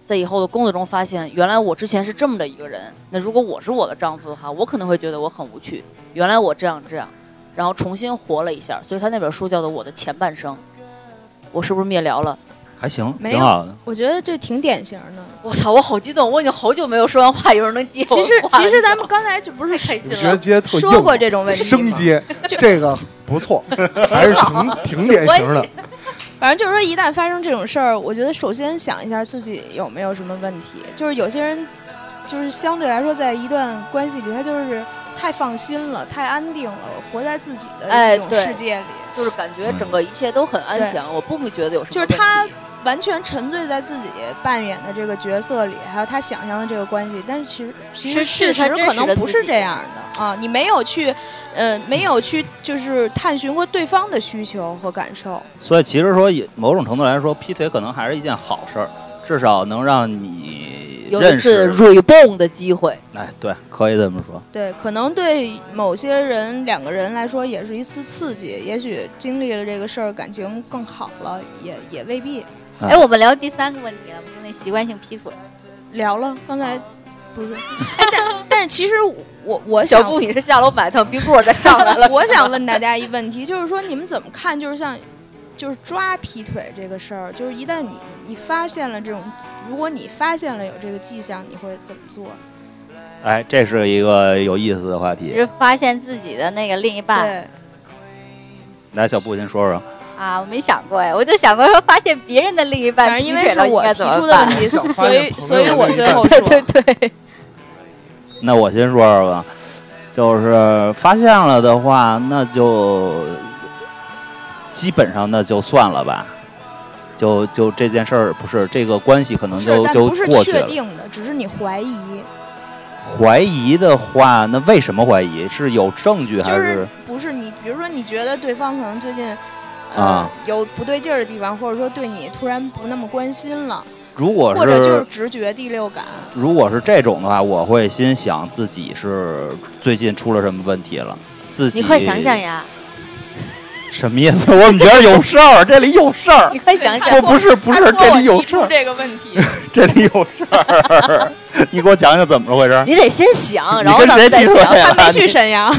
在以后的工作中发现，原来我之前是这么的一个人。那如果我是我的丈夫的话，我可能会觉得我很无趣。原来我这样，然后重新活了一下。所以他那本书叫做《我的前半生》。我是不是灭聊了？ 还行， 没有挺好的。 我觉得这挺典型的。 我操，我好激动！我已经好久没有说完话，有人能接我其实的话了。 其实咱们刚才就不是太开心我觉得了。 接特硬说过这种问题吗？ 升阶，这个不错，还是挺典型的。 反正就是说，一旦发生这种事儿，我觉得首先想一下自己有没有什么问题。就是有些人，就是相对来说，在一段关系里，他就是太放心了，太安定了，活在自己的这种对世界里， 就是感觉整个一切都很安详，我不会觉得有什么就是问题。 他完全沉醉在自己扮演的这个角色里，还有他想象的这个关系。但是其实事实可能不是这样的啊！你没有去就是探寻过对方的需求和感受。 所以其实说，某种程度来说，劈腿可能还是一件好事儿，至少能让你有一认次识 reborn 的机会。 哎，对，可以这么说。 对，可能对某些人两个人来说也是一次刺激，也许经历了这个事儿，感情更好了，也未必。 哎，我们聊第3个问题了，我们就那习惯性劈腿。 聊了，刚才不是，哎，但是其实我想小布，你是下楼买趟冰棍再上来了？ 我想问大家一问题，就是说你们怎么看？就是抓劈腿这个事儿，就是一旦你发现了这种，如果你发现了有这个迹象，你会怎么做？ 哎，这是一个有意思的话题。 就是发现自己的那个另一半。 对， 来，小布先说说。 啊，我没想过哎，我就想过说发现别人的另一半反正因劈腿了， 为是我提应该怎么出的问办？ 题，所以我最后对说， 对对， 那我先说说吧，就是发现了的话，那就基本上那就算了吧，就这件事儿不是这个关系可能就不是过去了。 确定的，只是你怀疑。 怀疑的话，那为什么怀疑？是有证据还就是不是你？比如说你觉得对方可能最近有不对劲儿的地方，或者说对你突然不那么关心了， 如果是或者就是直觉第六感。 如果是这种的话，我会心想自己是最近出了什么问题了，自己你快想想呀！ 什么意思？我怎么觉得有事儿？这里有事儿你！快想想， 不是，这里有事儿， 这个问题， 这里有事儿。你给我讲讲怎么回事？ 你得先想，然后你跟谁咱们再想。 劈腿啊他没去沈阳，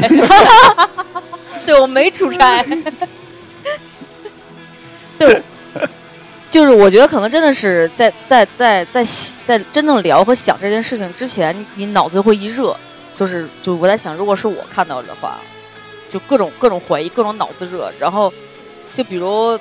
对，我没出差。对，就是我觉得可能真的是在真正聊和想这件事情之前，你脑子会一热，就我在想，如果是我看到的话，就各种怀疑，各种脑子热，然后就比如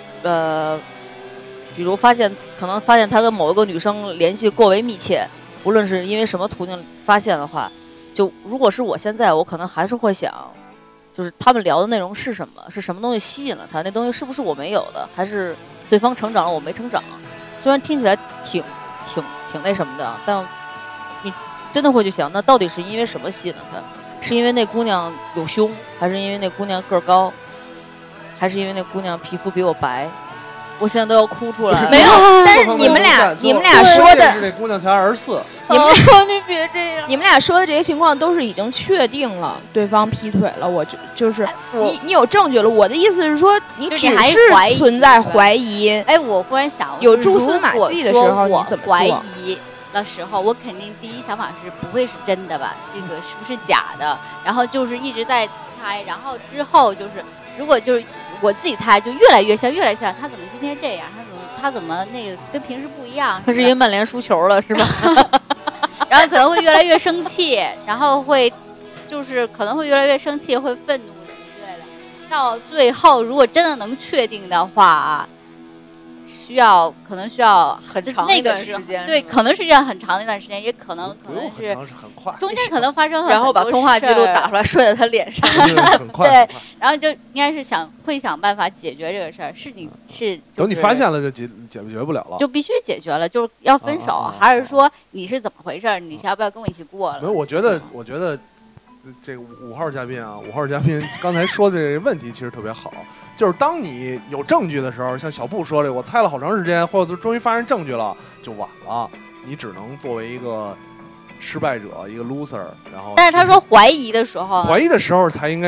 发现他跟某一个女生联系过为密切，无论是因为什么途径发现的话，就如果是我现在，我可能还是会想，就是他们聊的内容是什么，是什么东西吸引了他，那东西是不是我没有的，还是对方成长了我没成长？虽然听起来挺那什么的，但你真的会去想，那到底是因为什么吸引了他？是因为那姑娘有胸，还是因为那姑娘个儿高，还是因为那姑娘皮肤比我白？我现在都要哭出来了。 没有，但是你们俩说的， 这姑娘才24， 你别这样。 你们俩说的这些情况都是已经确定了对方劈腿了，就是你有证据了。我的意思是说，你只是存在怀疑。 哎，我忽然想， 有蛛丝马迹的时候，你怎么做？ 怀疑的时候，我肯定第一想法是不会是真的吧？这个是不是假的？然后就是一直在猜，然后之后就是如果就是我自己猜，就越来越像。他怎么今天这样？他怎么那个跟平时不一样？ 他是因为曼联输球了是吧？ 然后可能会越来越生气，然后就是可能会越来越生气，会愤怒什么之类的。到最后，如果真的能确定的话，可能需要很长一段时间。 对，可能是这样很长的一段时间，也可能是很快， 中间可能发生很多事， 然后把通话记录打出来摔在他脸上。 很快。 对，然后就应该是会想办法解决这个事儿。 等你发现了就解决不了了， 就必须解决了，就是要分手，还是说你是怎么回事？你是要不要跟我一起过了？ 没有，我觉得这个5号嘉宾刚才说的这个问题其实特别好。就是当你有证据的时候，像小布说的，我猜了好长时间，或者终于发现证据了，就晚了。你只能作为一个失败者，一个 loser。然后， 但是他说怀疑的时候才应该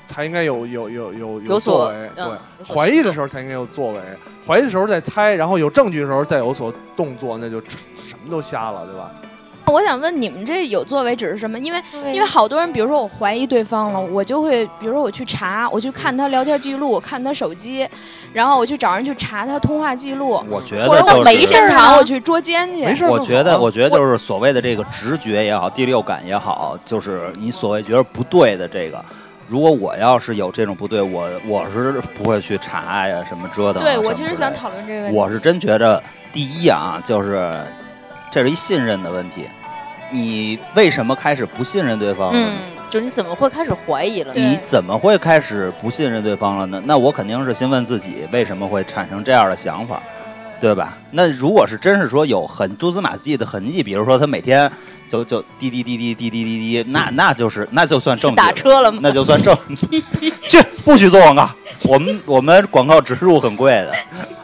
才应该有有作为，对，怀疑的时候才应该有作为，怀疑的时候再猜，然后有证据的时候再有所动作，那就什么都瞎了，对吧？ 我想问你们这有作为指是什么？因为好多人，比如说我怀疑对方了，我就会，比如说我去查，我去看他聊天记录，看他手机，然后我去找人去查他通话记录。 我觉得或者我没现场我去捉奸去。 没事， 我觉得就是所谓的这个直觉也好，第六感也好，就是你所谓觉得不对的这个。如果我要是有这种不对，我是不会去查呀，什么折腾。 对，我其实想讨论这个问题。 我是真觉得，第一啊，就是这是一信任的问题。你为什么开始不信任对方了呢？ 就是你怎么会开始怀疑了呢？ 你怎么会开始不信任对方了呢？那我肯定是先问自己，为什么会产生这样的想法，对吧？那如果是真是说有很蛛丝马迹的痕迹，比如说他每天就滴滴滴滴滴滴滴滴，那就算证据了。 打车了吗？ 那就算证据。去，不许做广告，我们广告植入很贵的。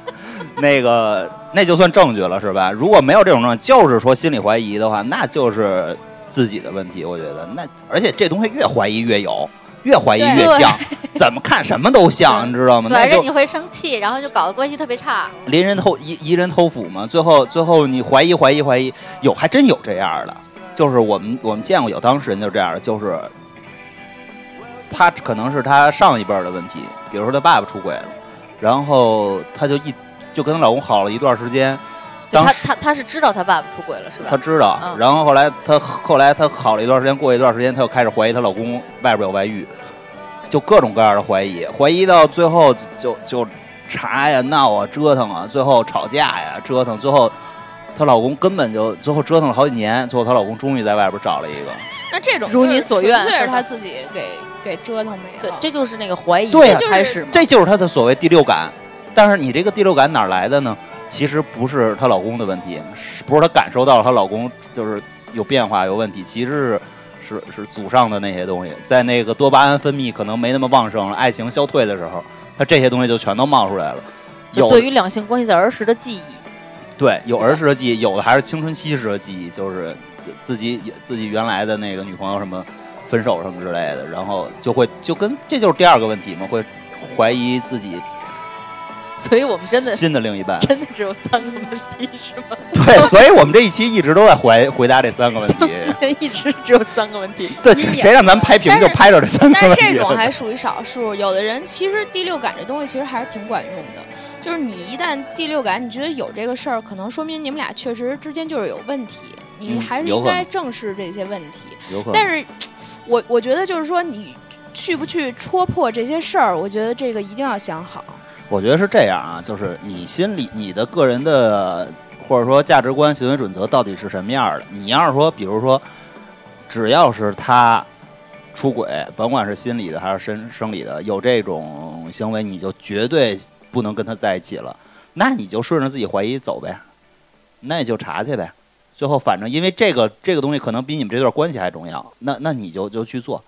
那就算证据了，是吧？如果没有这种证据，就是说心理怀疑的话，那就是自己的问题。我觉得而且这东西越怀疑越有，越怀疑越像，怎么看什么都像，你知道吗？ 对，而且你会生气，然后就搞得关系特别差。 疑人偷斧嘛，最后你怀疑，还真有这样的，就是我们见过有当事人就这样的，就是他可能是他上一辈的问题，比如说他爸爸出轨了，然后他就跟她老公好了一段时间， 她是知道她爸爸出轨了是吧？ 她知道，然后后来她好了一段时间，过一段时间她又开始怀疑她老公外边有外遇，就各种各样的怀疑到最后就查呀闹啊折腾啊，最后吵架呀折腾，最后她老公根本就最后折腾了好几年，最后她老公终于在外边找了一个。 那这种如你所愿， 纯粹是她自己给折腾没了。 对，这就是那个怀疑的开始嘛， 这就是她的所谓第六感。但是你这个第六感哪来的呢？其实不是她老公的问题，不是她感受到了她老公就是有变化有问题，其实是祖上的那些东西，在那个多巴胺分泌可能没那么旺盛了，爱情消退的时候，她这些东西就全都冒出来了。 就对于两性关系在儿时的记忆， 对，有儿时的记忆，有的还是青春期时的记忆，就是自己原来的那个女朋友什么分手什么之类的，然后就跟这就是第二个问题嘛，会怀疑自己。 所以我们真的新的另一半真的只有3个问题是吗？ 对，所以我们这一期一直都在回答这3个问题， 一直只有3个问题。 对，谁让咱们拍屏就拍着这3个问题？ 但是这种还属于少数，有的人其实第六感这东西其实还是挺管用的。就是你一旦第六感，你觉得有这个事儿，可能说明你们俩确实之间就是有问题，你还是应该正视这些问题。但是，我觉得就是说，你去不去戳破这些事儿，我觉得这个一定要想好。 我觉得是这样啊，就是你心里你的个人的或者说价值观、行为准则到底是什么样的？你要是说，比如说，只要是他出轨，甭管是心理的还是生理的，有这种行为，你就绝对不能跟他在一起了。那你就顺着自己怀疑走呗，那你就查去呗。最后反正因为这个东西可能比你们这段关系还重要，那你就去做，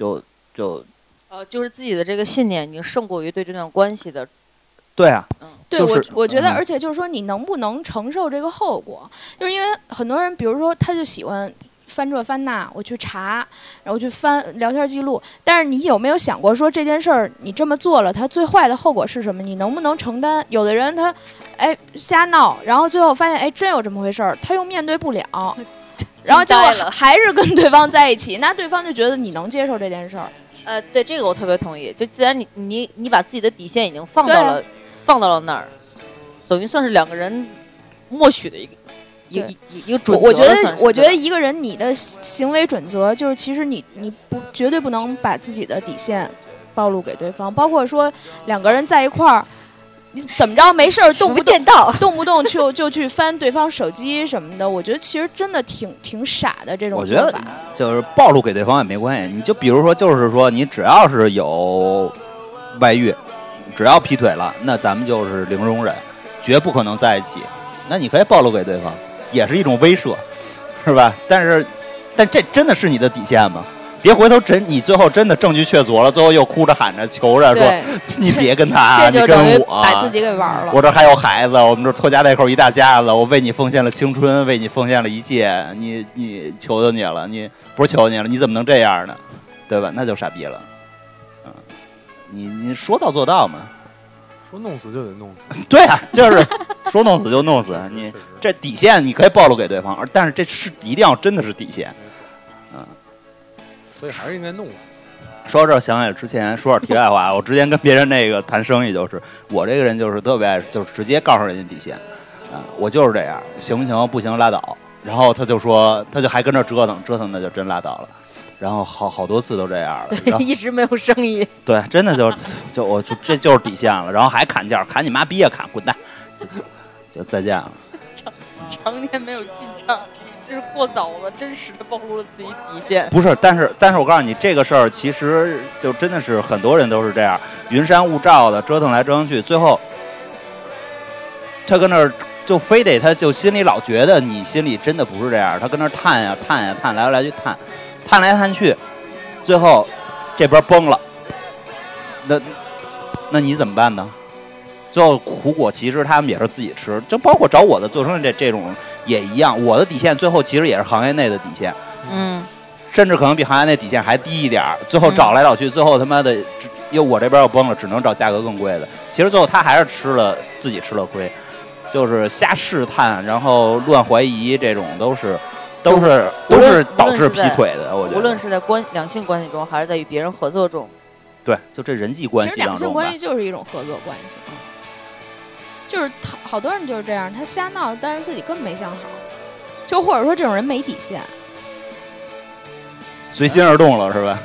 就是自己的这个信念已经胜过于对这段关系的。 对啊， 对，我觉得，而且就是说，你能不能承受这个后果？就是因为很多人，比如说，他就喜欢翻这翻那，我去查，然后去翻聊天记录。但是你有没有想过，说这件事儿你这么做了，他最坏的后果是什么？你能不能承担？有的人他，瞎闹，然后最后发现，真有这么回事儿，他又面对不了，然后结果还是跟对方在一起，那对方就觉得你能接受这件事儿。 对，这个我特别同意。就既然你把自己的底线已经放到了那儿，等于算是2个人默许的一个准则。 我觉得一个人你的行为准则就是，其实你绝对不能把自己的底线暴露给对方，包括说2个人在一块儿，你怎么着没事儿动不动就去翻对方手机什么的，我觉得其实真的挺傻的这种做法。 我觉得就是暴露给对方也没关系，你就比如说，就是说你只要是有外遇，只要劈腿了，那咱们就是零容忍，绝不可能在一起。那你可以暴露给对方，也是一种威慑，是吧？但这真的是你的底线吗？别回头你最后真的证据确凿了，最后又哭着喊着求着说你别跟他， 这就等于把自己给玩了。 我这还有孩子，我们这拖家带口一大家子，我为你奉献了青春，为你奉献了一切，你求求你了，你不是求你了，你怎么能这样呢？对吧？那就傻逼了。 你说到做到嘛。 说弄死就得弄死。 对啊，就是说弄死就弄死，你这底线你可以暴露给对方，但是这是一定要真的是底线。 所以还是应该弄死。 说到这儿想起来之前说点题外话，我之前跟别人那个谈生意，就是我这个人就是特别爱，就是直接告诉人家底线，我就是这样，行不行？不行拉倒。然后他就说，他就还跟这折腾，那就真拉倒了。然后好多次都这样了， 对，一直没有生意。 对，真的就这就是底线了。然后还砍价，砍你妈逼啊，砍滚蛋，就再见了。 常年没有进账。就是过早了，真实的暴露了自己底线。 不是，但是我告诉你，这个事儿其实就真的是很多人都是这样，云山雾罩的折腾来折腾去，最后他跟那儿就非得他就心里老觉得你心里真的不是这样，他跟那儿探呀探呀探，来去探来探去，最后这边崩了，那你怎么办呢？最后苦果其实他们也是自己吃，就包括找我的做生意这种也一样，我的底线最后其实也是行业内的底线，甚至可能比行业内底线还低一点，最后找来找去，最后他妈的因为我这边又崩了，只能找价格更贵的，其实最后他还是自己吃了亏，就是瞎试探，然后乱怀疑，这种都是导致劈腿的。我觉得无论是在两性关系中，还是在与别人合作中， 对，就这人际关系当中吧， 其实两性关系就是一种合作关系。就是好多人就是这样，他瞎闹，但是自己根本没想好，就或者说这种人没底线， 随心而动了是吧？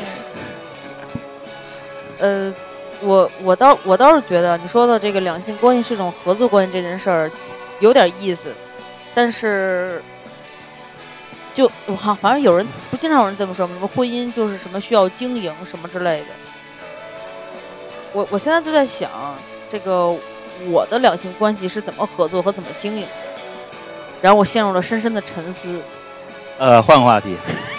我倒是觉得你说的这个两性关系是一种合作关系这件事儿有点意思，但是就反正有人不经常有人这么说，什么婚姻就是什么需要经营什么之类的。我现在就在想这个。我的两性关系是怎么合作和怎么经营的？然后我陷入了深深的沉思。 换个话题。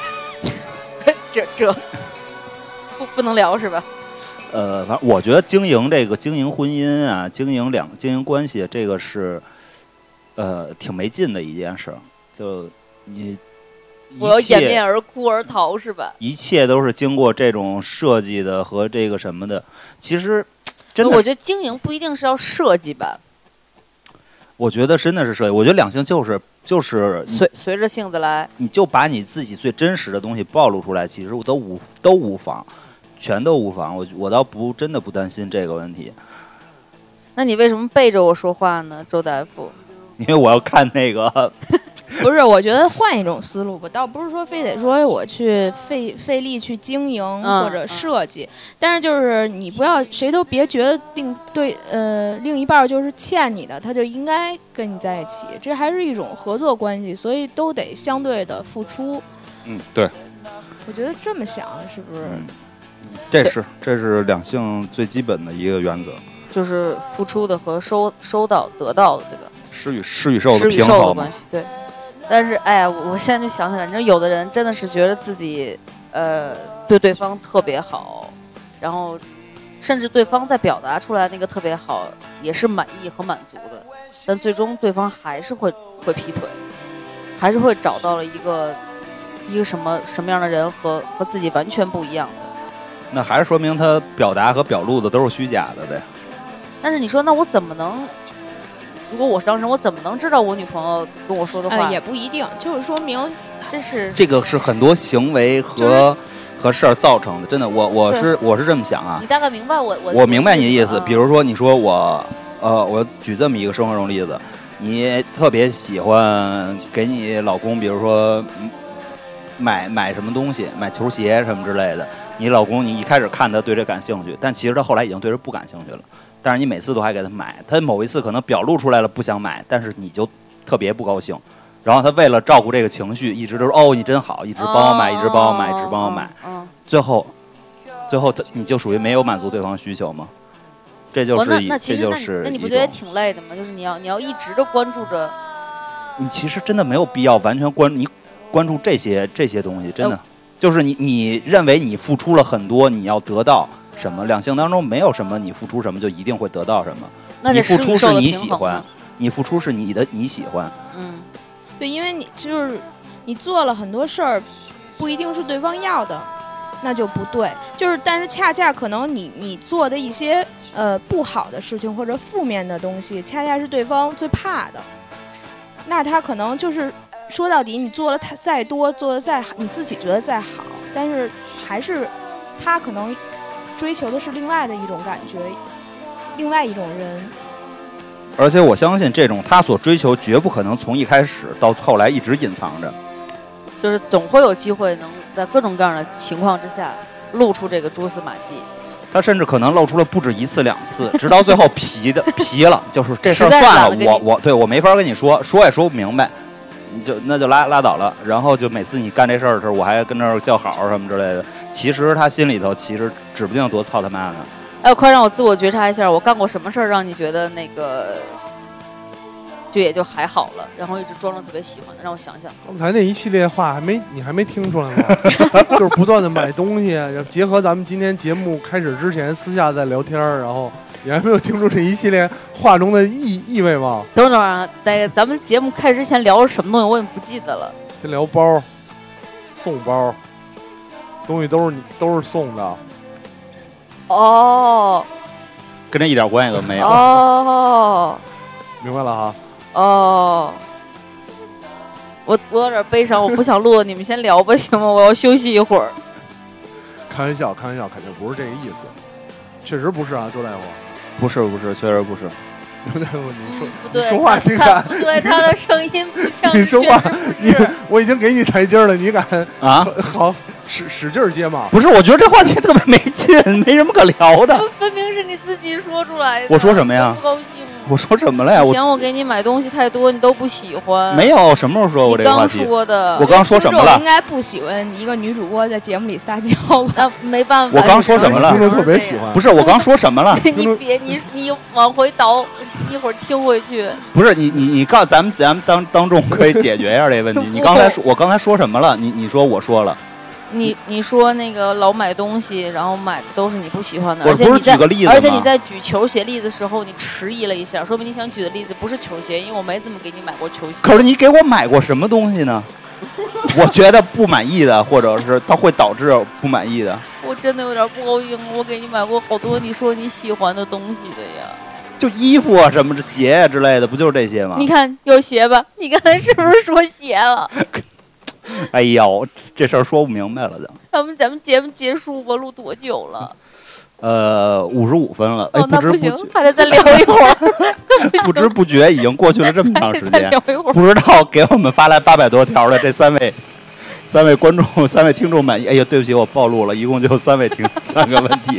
这不能聊是吧？ 反正我觉得经营婚姻啊，经营关系，这个是挺没劲的一件事。就你我要掩面而哭而逃是吧？ 一切都是经过这种设计的和这个什么的，其实。 我觉得经营不一定是要设计吧。 我觉得真的是设计。我觉得两性就是随着性子来， 你就把你自己最真实的东西暴露出来，其实都无妨，全都无妨。我倒真的不担心这个问题。 那你为什么背着我说话呢，周大夫？ 因为我要看那个。 不是，我觉得换一种思路吧，倒不是说非得说我去费力去经营或者设计，但是就是你不要谁都别觉得另一半就是欠你的，他就应该跟你在一起，这还是一种合作关系，所以都得相对的付出。 对。 我觉得这么想是不是？ 这是两性最基本的一个原则， 就是付出的和收到得到的，对吧？ 施与受的平衡关系，对。但是，哎呀，我现在就想起来，你说有的人真的是觉得自己，对对方特别好，然后，甚至对方在表达出来那个特别好，也是满意和满足的，但最终对方还是会劈腿，还是会找到了一个什么样的人和自己完全不一样的。 那还是说明他表达和表露的都是虚假的呗。 但是你说，那我怎么能？如果我是当事人，我怎么能知道我女朋友跟我说的话？ 也不一定，就是说明这个是很多行为和事儿造成的。真的，我是这么想啊。 你大概明白我明白你的意思。比如说，你说我举这么一个生活中例子，你特别喜欢给你老公，比如说买什么东西，买球鞋什么之类的。你老公你一开始看他对这感兴趣，但其实他后来已经对这不感兴趣了。但是你每次都还给他买，他某一次可能表露出来了不想买，但是你就特别不高兴。然后他为了照顾这个情绪，一直都说你真好，一直帮我买，一直帮我买，一直帮我买。最后你就属于没有满足对方需求吗？这就是那你不觉得挺累的吗？就是你要一直的关注着。 你其实真的没有必要完全关注这些东西，真的就是你认为你付出了很多，你要得到什么？两性当中没有什么你付出什么就一定会得到什么。你付出是你喜欢，你付出是你喜欢。 对，因为你就是你做了很多事儿，不一定是对方要的， 那就不对。就是但是恰恰可能你做的一些不好的事情或者负面的东西，恰恰是对方最怕的。那他可能就是说到底，你做了再多，做的再好，你自己觉得再好，但是还是他可能追求的是另外的一种感觉，另外一种人。 而且我相信这种他所追求绝不可能从一开始到后来一直隐藏着， 就是总会有机会能在各种各样的情况之下露出这个蛛丝马迹。 他甚至可能露出了不止1次2次，直到最后皮了，就是这事儿实在算了， 懒得跟你我没法跟你说也说不明白，那就拉倒了。然后就每次你干这事儿的时候，我还跟那儿叫好什么之类的。其实他心里头其实指不定多操他妈呢。 哎，快让我自我觉察一下，我干过什么事儿让你觉得那个就也就还好了，然后一直装着特别喜欢的，让我想想。 刚才那一系列话你还没听出来吗？就是不断的买东西，然后结合咱们今天节目开始之前私下在聊天，然后你还没有听出这一系列话中的意味吗？ 等会儿啊，咱们节目开始之前聊了什么东西，我也不记得了。 先聊包，送包，东西都是送的。 哦， 跟这一点关系都没有。 哦， 明白了哈。 哦，我有点悲伤，我不想录了，你们先聊吧，行吗？我要休息一会儿。 开玩笑，肯定不是这个意思，确实不是啊，周大夫。 不是，确实不是。 周大夫，你说、 不对， 你说话挺敢， 不对，他的声音不像你说话，我已经给你台阶了，你敢啊？ 好，使劲接嘛。 不是，我觉得这话题特别没劲，没什么可聊的。 分明是你自己说出来的。 我说什么呀？ 不高兴。 我说什么了呀？ 嫌我给你买东西太多，你都不喜欢。 没有，什么时候说过这个话题？ 你刚说的。 我刚说什么了？ 应该不喜欢一个女主播在节目里撒娇吧？ 那没办法。 我刚说什么了？ 听众特别喜欢。 不是，我刚说什么了？ 你别，你往回倒，一会儿听回去。 不是你告诉咱们当众可以解决一下这个问题。我刚才说什么了？你说我说了。 你说那个老买东西，然后买的都是你不喜欢的， 我不是举个例子吗？ 而且你在举球鞋例子的时候，你迟疑了一下，说明你想举的例子不是球鞋，因为我没怎么给你买过球鞋。 可是你给我买过什么东西呢？我觉得不满意的，或者是它会导致不满意的。 我真的有点不高兴，我给你买过好多你说你喜欢的东西的呀。 就衣服啊，什么鞋啊之类的，不就是这些吗？ 你看有鞋吧？你刚才是不是说鞋了？ 哎呦，这事儿说不明白了就。 咱们节目结束吧，录多久了 ？55分了。哎， 那不行，还得再聊一会儿。 不知不觉已经过去了这么长时间， 再聊一会儿。 不知道给我们发来800多条的这三位观众、3位听众满意。哎呀，对不起，我暴露了，一共就3个问题。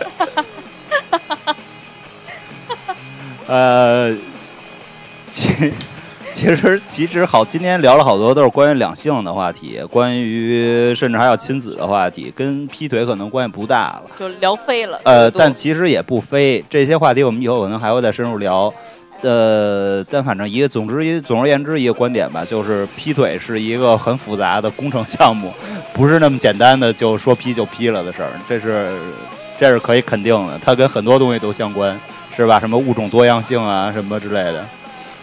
其实好，今天聊了好多都是关于两性的话题，关于甚至还有亲子的话题，跟劈腿可能关系不大了， 就聊飞了。 但其实也不飞，这些话题我们以后可能还会再深入聊。但反正总而言之一个观点吧，就是劈腿是一个很复杂的工程项目，不是那么简单的就说劈就劈了的事儿，这是可以肯定的，它跟很多东西都相关，是吧？什么物种多样性啊，什么之类的。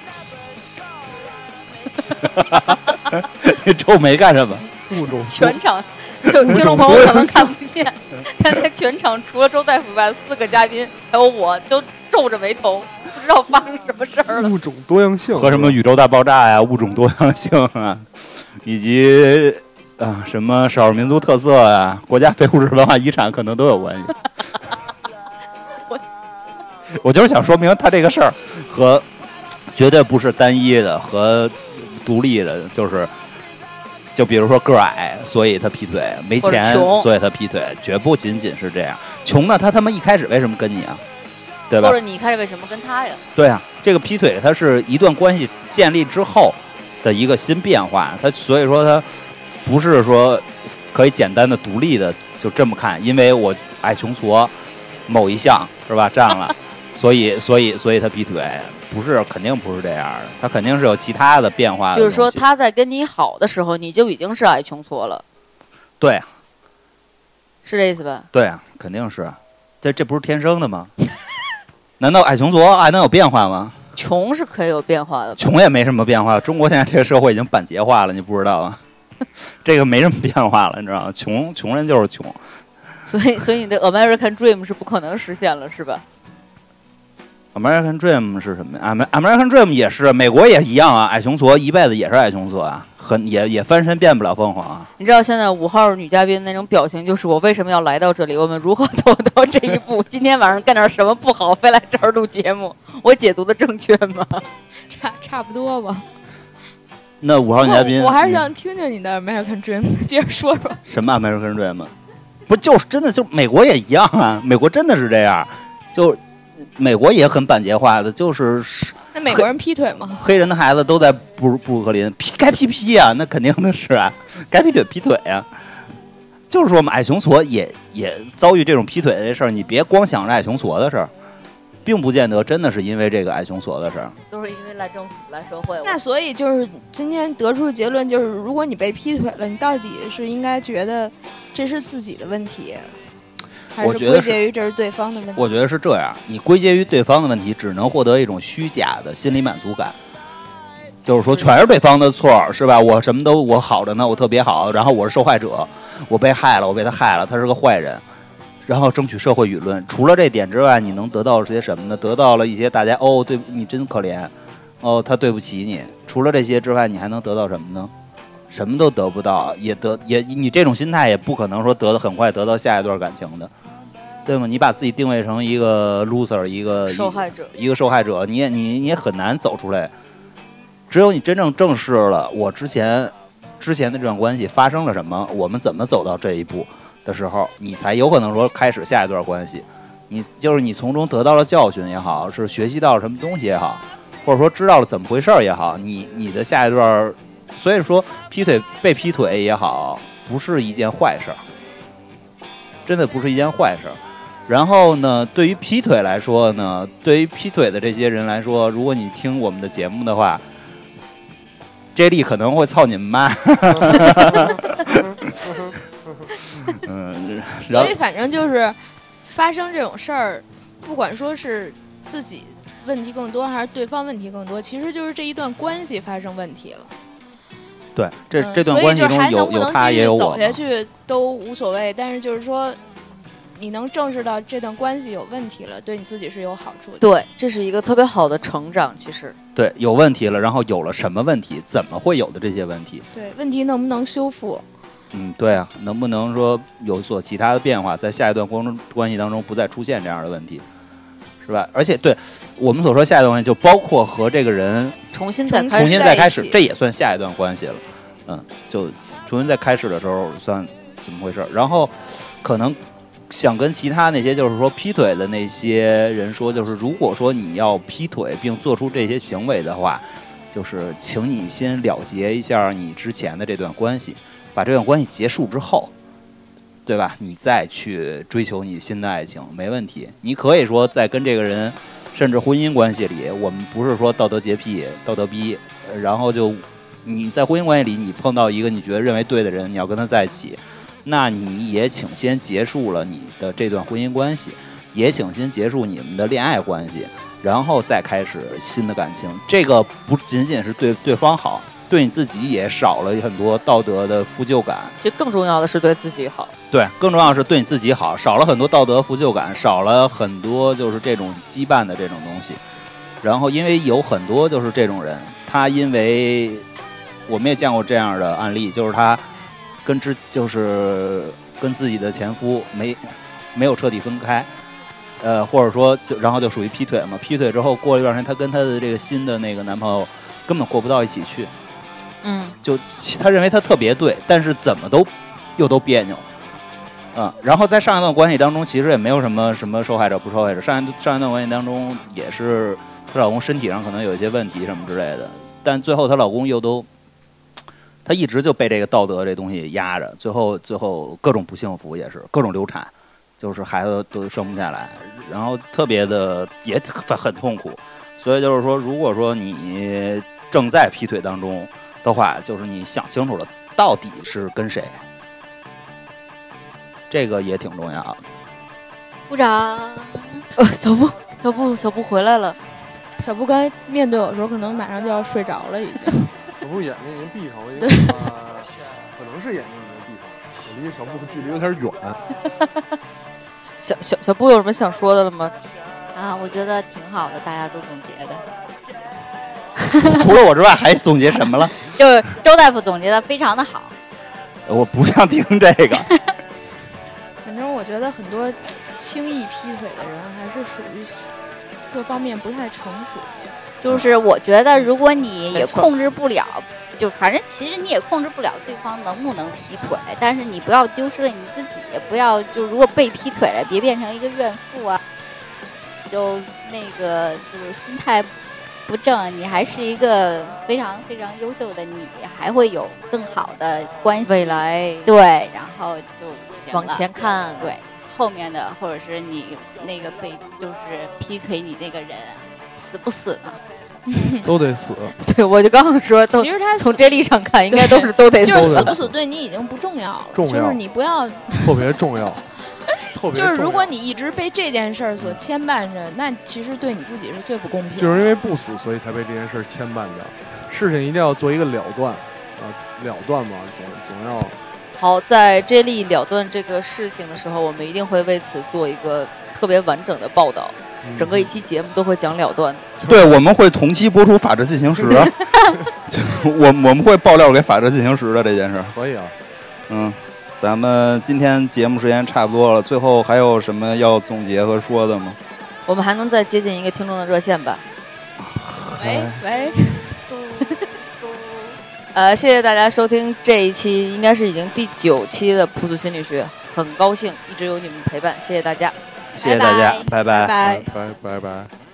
你皱眉干什么？ 物种全场就听众朋友可能看不见，但在全场除了周大夫以外，4个嘉宾还有我都皱着眉头，不知道发生什么事儿了。 物种多样性和什么宇宙大爆炸呀、物种多样性啊，以及什么少数民族特色啊、国家非物质文化遗产可能都有关系。我就是想说明他这个事儿和绝对不是单一的和独立的，就比如说个矮，所以他劈腿；没钱，所以他劈腿，绝不仅仅是这样。穷呢，他妈一开始为什么跟你啊？对吧？ 或者你一开始为什么跟他呀？ 对啊，这个劈腿它是一段关系建立之后的一个新变化，所以说它不是说可以简单的独立的就这么看，因为我爱穷矬某一项是吧占了，所以他劈腿。不是，肯定不是这样的，他肯定是有其他的变化的。 就是说，他在跟你好的时候，你就已经是爱穷矬了。 对啊， 是这意思吧？ 对啊，肯定是。这不是天生的吗？难道爱穷矬还能有变化吗？ 穷是可以有变化的， 穷也没什么变化。中国现在这个社会已经板结化了，你不知道啊？ 这个没什么变化了，你知道吗？穷人就是穷。 所以你的 American Dream 是不可能实现了，是吧？ American Dream 是什么呀？American Dream 也是，美国也一样啊，矮穷矬一辈子也是矮穷矬啊，也翻身变不了凤凰啊。 你知道现在5号女嘉宾那种表情，就是我为什么要来到这里？我们如何走到这一步？今天晚上干点什么不好，非来这儿录节目？我解读的正确吗？ 差不多吧。 那5号女嘉宾， 我还是想听听你的 American Dream， 接着说说。 什么 American Dream？ 不就是真的就美国也一样啊？美国真的是这样，就美国也很板结化的，就是那美国人劈腿吗？ 黑人的孩子都在布鲁克林，该劈啊，那肯定的是啊，该劈腿啊。就是说嘛，矮穷矬也遭遇这种劈腿的这事儿，你别光想着矮穷矬的事儿，并不见得真的是因为这个矮穷矬的事儿， 都是因为赖政府赖社会。 那所以就是今天得出的结论就是，如果你被劈腿了，你到底是应该觉得这是自己的问题，还是归结于这是对方的问题？ 我觉得是这样，你归结于对方的问题，只能获得一种虚假的心理满足感。就是说，全是对方的错，是吧？我什么都我好着呢，我特别好，然后我是受害者，我被害了，我被他害了，他是个坏人，然后争取社会舆论。除了这点之外，你能得到些什么呢？得到了一些大家对你真可怜，他对不起你。除了这些之外，你还能得到什么呢？什么都得不到，你这种心态也不可能说很快得到下一段感情的，对吗？你把自己定位成一个 loser， 一个受害者，你也很难走出来。只有你真正正视了我之前的这段关系发生了什么，我们怎么走到这一步的时候，你才有可能说开始下一段关系。你从中得到了教训也好，是学习到了什么东西也好，或者说知道了怎么回事也好，你的下一段，所以说被劈腿也好，不是一件坏事，真的不是一件坏事。然后呢，对于劈腿来说呢，对于劈腿的这些人来说，如果你听我们的节目的话，J 莉可能会操你们妈。 所以反正就是发生这种事儿，不管说是自己问题更多还是对方问题更多，其实就是这一段关系发生问题了。 对，这段关系中有他也有我， 走下去都无所谓。但是就是说，你能正视到这段关系有问题了，对你自己是有好处的。 对，这是一个特别好的成长。其实对，有问题了，然后有了什么问题，怎么会有的这些问题？ 对，问题能不能修复？ 对啊，能不能说有所其他的变化，在下一段关系当中不再出现这样的问题，是吧？而且对我们所说下一段关系，就包括和这个人重新再开始，这也算下一段关系了。就重新再开始的时候算怎么回事？然后可能想跟其他那些就是说劈腿的那些人说，就是如果说你要劈腿并做出这些行为的话，就是请你先了结一下你之前的这段关系，把这段关系结束之后，对吧？你再去追求你新的爱情没问题。你可以说在跟这个人甚至婚姻关系里，我们不是说道德洁癖道德逼，然后就你在婚姻关系里你碰到一个你觉得认为对的人，你要跟他在一起，那你也请先结束了你的这段婚姻关系，也请先结束你们的恋爱关系，然后再开始新的感情。这个不仅仅是对对方好，对你自己也少了很多道德的负疚感。 就更重要的是对自己好。 对，更重要的是对你自己好，少了很多道德负疚感，少了很多就是这种羁绊的这种东西。然后因为有很多就是这种人，他因为我们也见过这样的案例，就是他就是跟自己的前夫没有彻底分开，或者说然后就属于劈腿嘛。劈腿之后过了一段时间，他跟他的这个新的那个男朋友根本过不到一起去。就他认为他特别对，但是怎么都别扭。然后在上一段关系当中，其实也没有什么受害者不受害者。上一段关系当中也是她老公身体上可能有一些问题什么之类的，但最后她老公她一直就被这个道德这东西压着，最后各种不幸福，也是各种流产，就是孩子都生不下来，然后特别的也很痛苦。所以就是说，如果说你正在劈腿当中的话，就是你想清楚了到底是跟谁，这个也挺重要的。 鼓掌。 小布回来了。 小布刚才面对我的时候，可能马上就要睡着了，已经。 小布眼睛已经闭上了，已经可能是眼睛的地方，我离小布距离有点远。 小布有什么想说的了吗？ 啊，我觉得挺好的，大家都总结的。 除了我之外，还总结什么了？ 就是周大夫总结的非常的好。 我不想听这个。 反正我觉得很多轻易劈腿的人还是属于各方面不太成熟。 就是我觉得，如果你也没错控制不了，就反正其实你也控制不了对方能不能劈腿，但是你不要丢失了你自己，不要就如果被劈腿了，别变成一个怨妇啊，就那个就是心态不正，你还是一个非常非常优秀的你，还会有更好的关系， 未来对，然后就行了往前看， 对后面的或者是你那个被就是劈腿你那个人死不死呢？ 都得死。 对，我就刚刚说，都其实他从这立场看，应该都得就是死死不死对你已经不重要了， 重要就是你不要， 特别重要，特别重要。 就是如果你一直被这件事儿所牵绊着，那其实对你自己是最不公平的。 就是因为不死，所以才被这件事牵绊着。事情一定要做一个了断，了断嘛，总要。 好，在 J 莉了断这个事情的时候，我们一定会为此做一个特别完整的报道。整个一期节目都会讲了断的。 对，我们会同期播出《法制进行时》我们会爆料给《法制进行时》的这件事。 可以啊。 咱们今天节目时间差不多了，最后还有什么要总结和说的吗？ 我们还能再接近一个听众的热线吧？ 喂， 谢谢大家收听这一期，应该是已经第9期的朴素心理学，很高兴一直有你们陪伴，谢谢大家。 谢谢大家，拜拜。 拜。 拜拜。